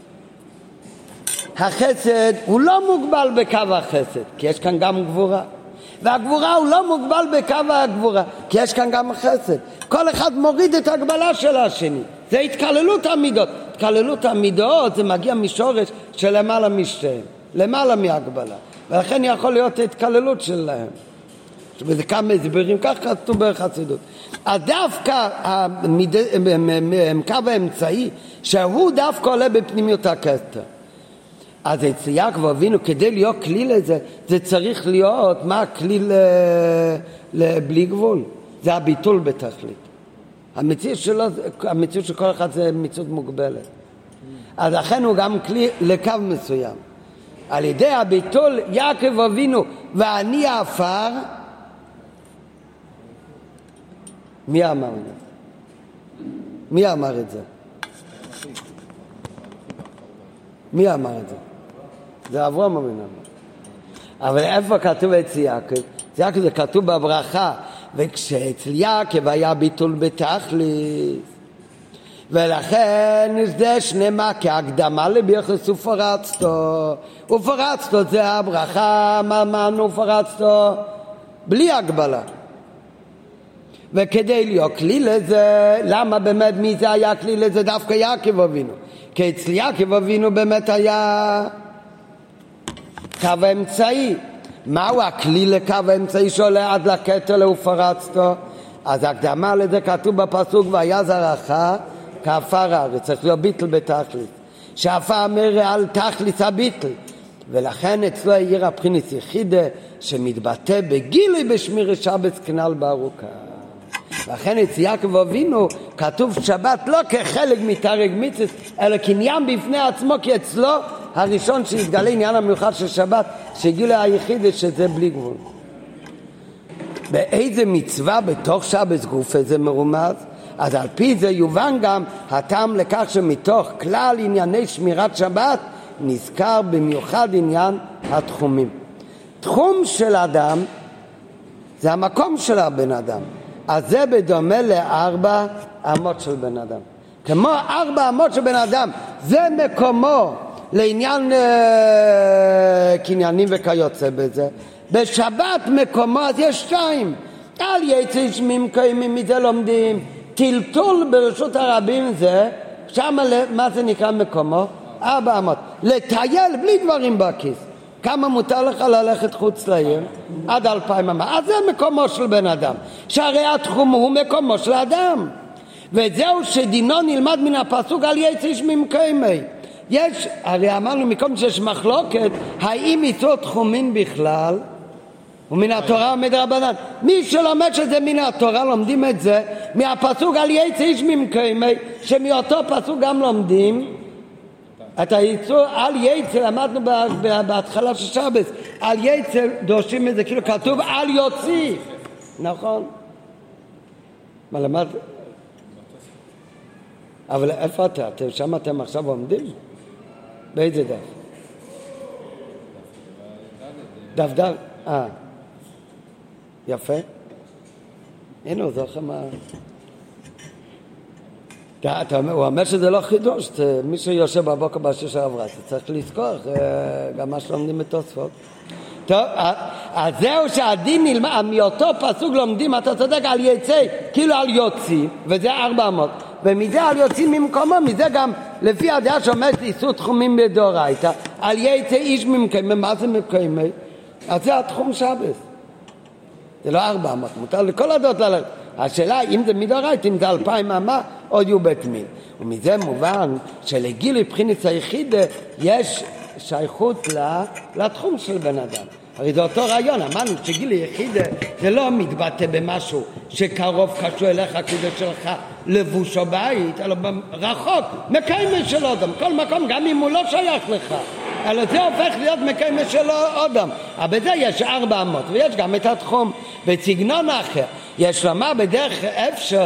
החסד הוא לא מוגבל בקו החסד, כי יש כאן גם גבורה. והגבורה הוא לא מוגבל בקו הגבורה, כי יש כאן גם חסד. כל אחד מוריד את ההגבלה של השני. זה התקללות המידות. התקללות המידות זה מגיע משורש של למעלה משתיהם, למעלה מהגבלה. ולכן יכול להיות התקללות שלהם. וזה כמה הסברים, כך כתוב בחסידות. אז דווקא קו האמצעי, שהוא דווקא עולה בפנימיות הכתר. אז אצל יעקב אבינו, כדי להיות כלי לזה, זה צריך להיות, מה הכלי בלי גבול? זה הביטול בתכלית. המציאות של כל אחד זה מציאות מוגבלת. אז לכן הוא גם כלי לקו מסוים. על ידי הביטול יעקב אבינו ואני העפר, מי אמר את זה? מי אמר את זה? מי אמר את זה? זה אברהם אבינו. אבל איפה כתוב אצל יעקב? יעקב זה כתוב בברכה, וכשאצל יעקב היה ביטול בתכלית, ולכן זה שנאמר כהקדמה לביחס ופרצתו. ופרצתו זה הברכה, מה אמרנו ופרצתו? בלי הגבלה. וכדי להיות כלי לזה, למה באמת מי זה היה כלי לזה? דווקא יעקב אבינו. כי אצל יעקב אבינו באמת היה קו האמצעי. מהו הכלי לקו האמצעי שעולה עד לכתר ופרצתו? אז הקדמה לזה כתוב בפסוק והיה זרעך כעפר הארץ. צריך להיות ביטל בתכלית, שעפר אומר על תכלית הביטל, ולכן אצלו העיר הבחינית יחידה שמתבטא בגילוי בשמירת שבת כנ"ל בארוכה. לכן אצל יעקב אבינו כתוב שבת לא כחלק מתרי"ג מצוות אלא קניין בפני עצמו, כי אצלו הראשון שהתגלה עניין המיוחד של שבת שגילוי היחידה שזה בלי גבול. באיזה מצווה בתוך שבת גופה זה מרומז? אז על פי זה יובן גם הטעם לכך שמתוך כלל ענייני שמירת שבת נזכר במיוחד עניין התחומים. תחום של אדם זה המקום של הבן אדם, אז זה בדומה לארבע אמות של בן אדם. כמו 4 אמות של בן אדם זה מקומו לעניין קניינים וכיוצא בזה, בשבת מקומו אז יש 2. על יצא שמיים קיימים, מזה לומדים טלטול ברשות הרבים, זה שם מה זה נקרא מקומו? 4 אמות. לטייל בלי דברים בכיס, כמה מותר לך ללכת חוץ לעיר? עד 2,000 אמה. אז זה מקומו של בן אדם, שהרי התחום הוא מקומו של אדם, וזהו שדינו נלמד מן הפסוק על יצא שמיים קיימים. יש, הרי אמרנו מקום שיש מחלוקת האם מצוות תחומים בכלל ומן התורה ומדרבנן. מי שלומד שזה מן התורה לומדים את זה מהפסוק על יצא איש ממקיימי, שמאותו פסוק גם לומדים את היצור על יצא. למדנו בהתחלה של שבת על יצא, דורשים את זה כאילו כתוב על יוציא, נכון? מה למד? אבל איפה אתם? שם אתם עכשיו עומדים? באיזה דף? דף. יפה. הנה הוא זוכר מה... הוא אומר שזה לא חידוש, מי שיושב בבוקר בשש העברה, צריך לזכור גם מה שלומדים בתוספות. טוב, אז זהו שהדין נלמד, מאותו פסוק לומדים, אתה צודק, על יצא, כאילו על יוציא, וזה 400, ומזה על יוציא ממקומו, מזה גם לפי הדעה שעומדת איסור תחומים בדאורייתא, על יצא איש ממקיימי, מה זה ממקיימי? אז זה התחום שבת. זה לא 400, מותר לכל הדעות ללכת. השאלה אם זה מדאורייתא, אם זה 2,000 אמה, או יהיו בית מין. ומזה מובן שלגילוי בחינת היחידה יש שייכות לתחום של בן אדם. הרי זה אותו רעיון, אמרנו שגילוי יחידה זה לא מתבטא במשהו שקרוב קשור אליך כדי שלך לבוש או בית, אלא רחוק, מקיימה של אדם, כל מקום, גם אם הוא לא שייך לך. אלא זה הופך להיות מקיימה של אדם. אבל בזה יש 400, ויש גם את התחום. בסגנון אחר, יש לומר בדרך אפשר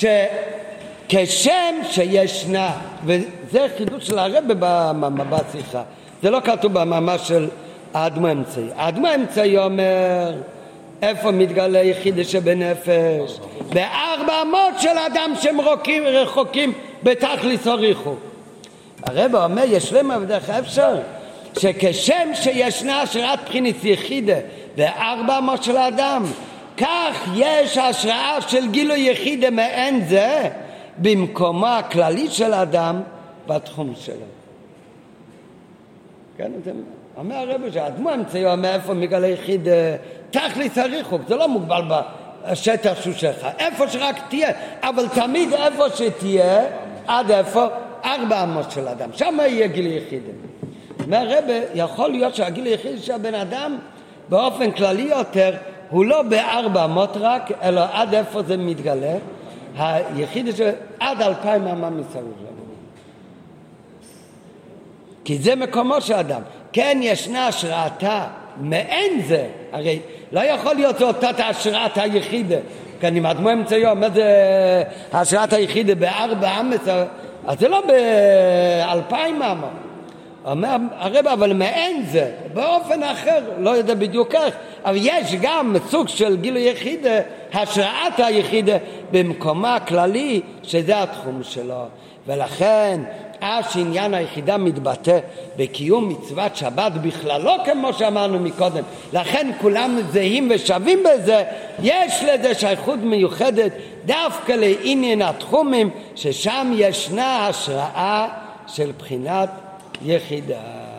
שכשם שישנה, וזה חידוש של הרב בשיחה, זה לא כתוב במאמר של האדמו"ר האמצעי. האדמו"ר האמצעי אומר איפה מתגלה יחידה שבנפש? ב400 של אדם שהם רחוקים בתכלית הריחו. הרב אומר יש למה בדרך אפשר שכשם שישנה השראת בחינת יחידה ב400 של האדם, כך יש השראה של גילוי יחידה מעין זה במקומו הכללי של האדם בתחום שלו. כן, זה אומר הרב שהאדמו"ר האמצעי אומר איפה מגלה יחידה תכלית הריחוק, זה לא מוגבל בשטח שהוא שלך, איפה שרק תהיה, אבל תמיד איפה שתהיה, עד איפה 400 של אדם, שם יהיה גילוי יחידה. הרב יכול להיות שהגיל היחיד של הבן אדם באופן כללי יותר הוא לא ב400 רק, אלא עד איפה זה מתגלה, היחיד של עד 2,000 אמה מסביב לנו, כי זה מקומו של אדם. כן ישנה השראתה מעין זה, הרי לא יכול להיות אותה השראת היחידה, כי אני האדמו"ר האמצעי אומר זה השראת היחידה ב400, אז זה לא ב2,000 אמה, אומר הרב, אבל מעין זה, באופן אחר, לא יודע בדיוק איך, אבל יש גם סוג של גילוי יחידה, השראת היחידה במקומה הכללי, שזה התחום שלו. ולכן, שעניין היחידה מתבטא בקיום מצוות שבת בכללו, כמו שאמרנו מקודם, לכן כולם זהים ושווים בזה, יש לזה שייכות מיוחדת דווקא לעניין התחומים, ששם ישנה השראה של בחינת יחידה.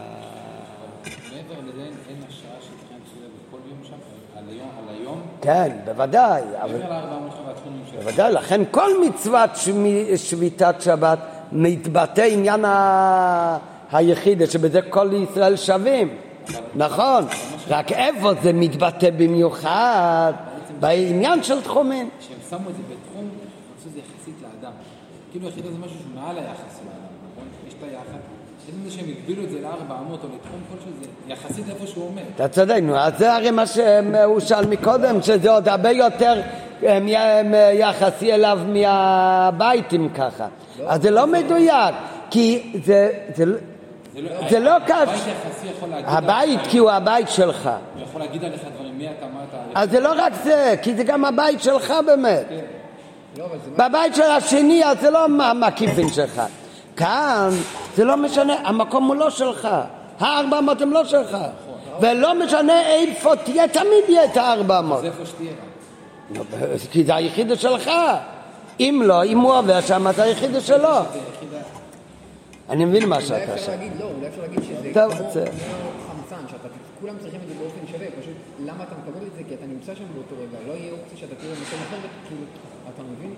מעבר לזה אין השעה של בחינת תפילה בכל יום שם, על היום? כן, בוודאי. מעבר ל400 התחומים שלנו. בוודאי, לכן כל מצוות שביתת שבת מתבטא עניין היחידה, שבזה כל ישראל שווים. נכון, רק איפה זה מתבטא במיוחד? בעניין של תחומים. כשהם שמו את זה בתחום, עשו זה יחסית לאדם. כאילו יחידה זה משהו שהוא מעל היחס לאדם, נכון? יש את היחד. אין זה שהם הגבילו את זה ל400 או לתחום כלשהו, זה יחסית איפה שהוא עומד. אתה צודק, נו, אז זה הרי מה שהוא שאל מקודם, שזה עוד הרבה יותר יחסי אליו מהבית אם ככה. אז זה לא מדויק, כי זה לא קשה. הבית יחסי יכול להגיד... הבית כי הוא הבית שלך. הוא יכול להגיד עליך דברים, מי אתה, מה אתה... אז זה לא רק זה, כי זה גם הבית שלך באמת. בבית של השני, אז זה לא המקיפין שלך. כאן זה לא משנה, המקום הוא לא שלך, 400 הם לא שלך, ולא משנה איפה תהיה, תמיד יהיה את 400. אז איפה שתהיה? כי זה היחידה שלך. אם לא, אם הוא עובר שם, זה היחידה שלו. אני מבין מה שאתה שם. אולי אפשר להגיד שזה טוב, כמו חמצן, כולם צריכים את זה באופן שווה, פשוט למה אתה מקבל את זה? כי אתה נמצא שם באותו רגע, לא יהיה אופציה שאתה תהיה במקום אחר, כאילו, אתה מבין?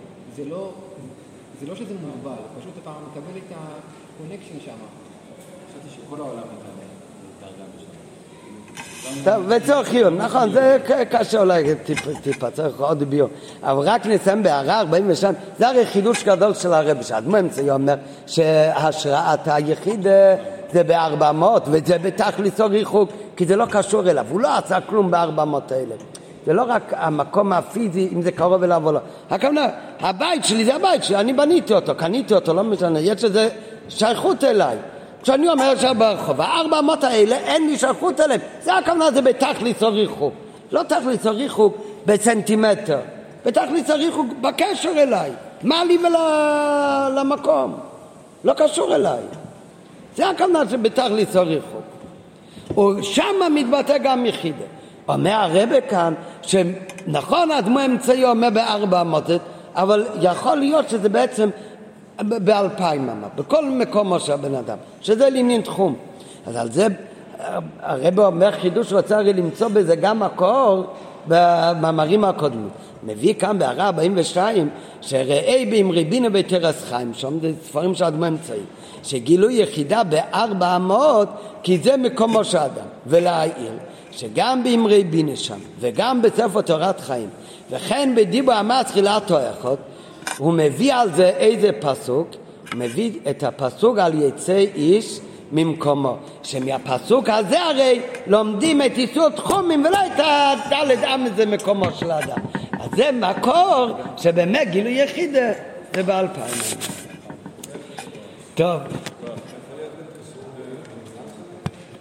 זה לא שזה מוגבל, פשוט אתה מקבל את הקונקשן שם. חשבתי שכל העולם מתרגל בשם. טוב, וצורך עיון, נכון, זה קשה אולי טיפה, צריך עוד ביור. אבל רק נסיים בהערה 42, זה הרי חידוש גדול של הרב שאדמו אמצעי אומר שהשראת היחיד זה ב400 וזה בתכלית ריחוק, כי זה לא קשור אליו, הוא לא עשה כלום ב400 האלה. זה לא רק המקום הפיזי, אם זה קרוב אליו או לא. הכוונה, הבית שלי זה הבית שלי, אני בניתי אותו, קניתי אותו, לא משנה, יש לזה שייכות אליי. כשאני אומר שברחוב, 400 האלה אין לי שייכות אליהם, זה הכוונה, זה בתכלית ריחוק. לא תכלית ריחוק בסנטימטר, בתכלית ריחוק בקשר אליי. מה לי ולמקום? לא קשור אליי. זה הכוונה שבתכלית ריחוק. ושם מתבטא גם יחידה. אומר הרב כאן, שנכון אדמו אמצעי אומר ב400, אבל יכול להיות שזה בעצם ב2000 בכל מקום של הבן אדם, שזה לעניין תחום. אז על זה הרב אומר חידוש, רוצה הרי למצוא בזה גם מקור במאמרים הקודמים. מביא כאן בהערה 42 שראי באמרי בינה בתרס חיים, שם זה ספרים של אדמו אמצעי, שגילו יחידה ב400 כי זה מקומו של אדם, ולהעיר שגם באמרי בינה שם וגם בספר תורת חיים וכן בדיבור אמר תחילת האחד, הוא מביא על זה איזה פסוק, הוא מביא את הפסוק על יצא איש ממקומו, שמהפסוק הזה הרי לומדים את איסור תחומים ולא את הדלת עם זה מקומו של האדם. אז זה מקור שבאמת גילוי יחידה זה ב2000. טוב.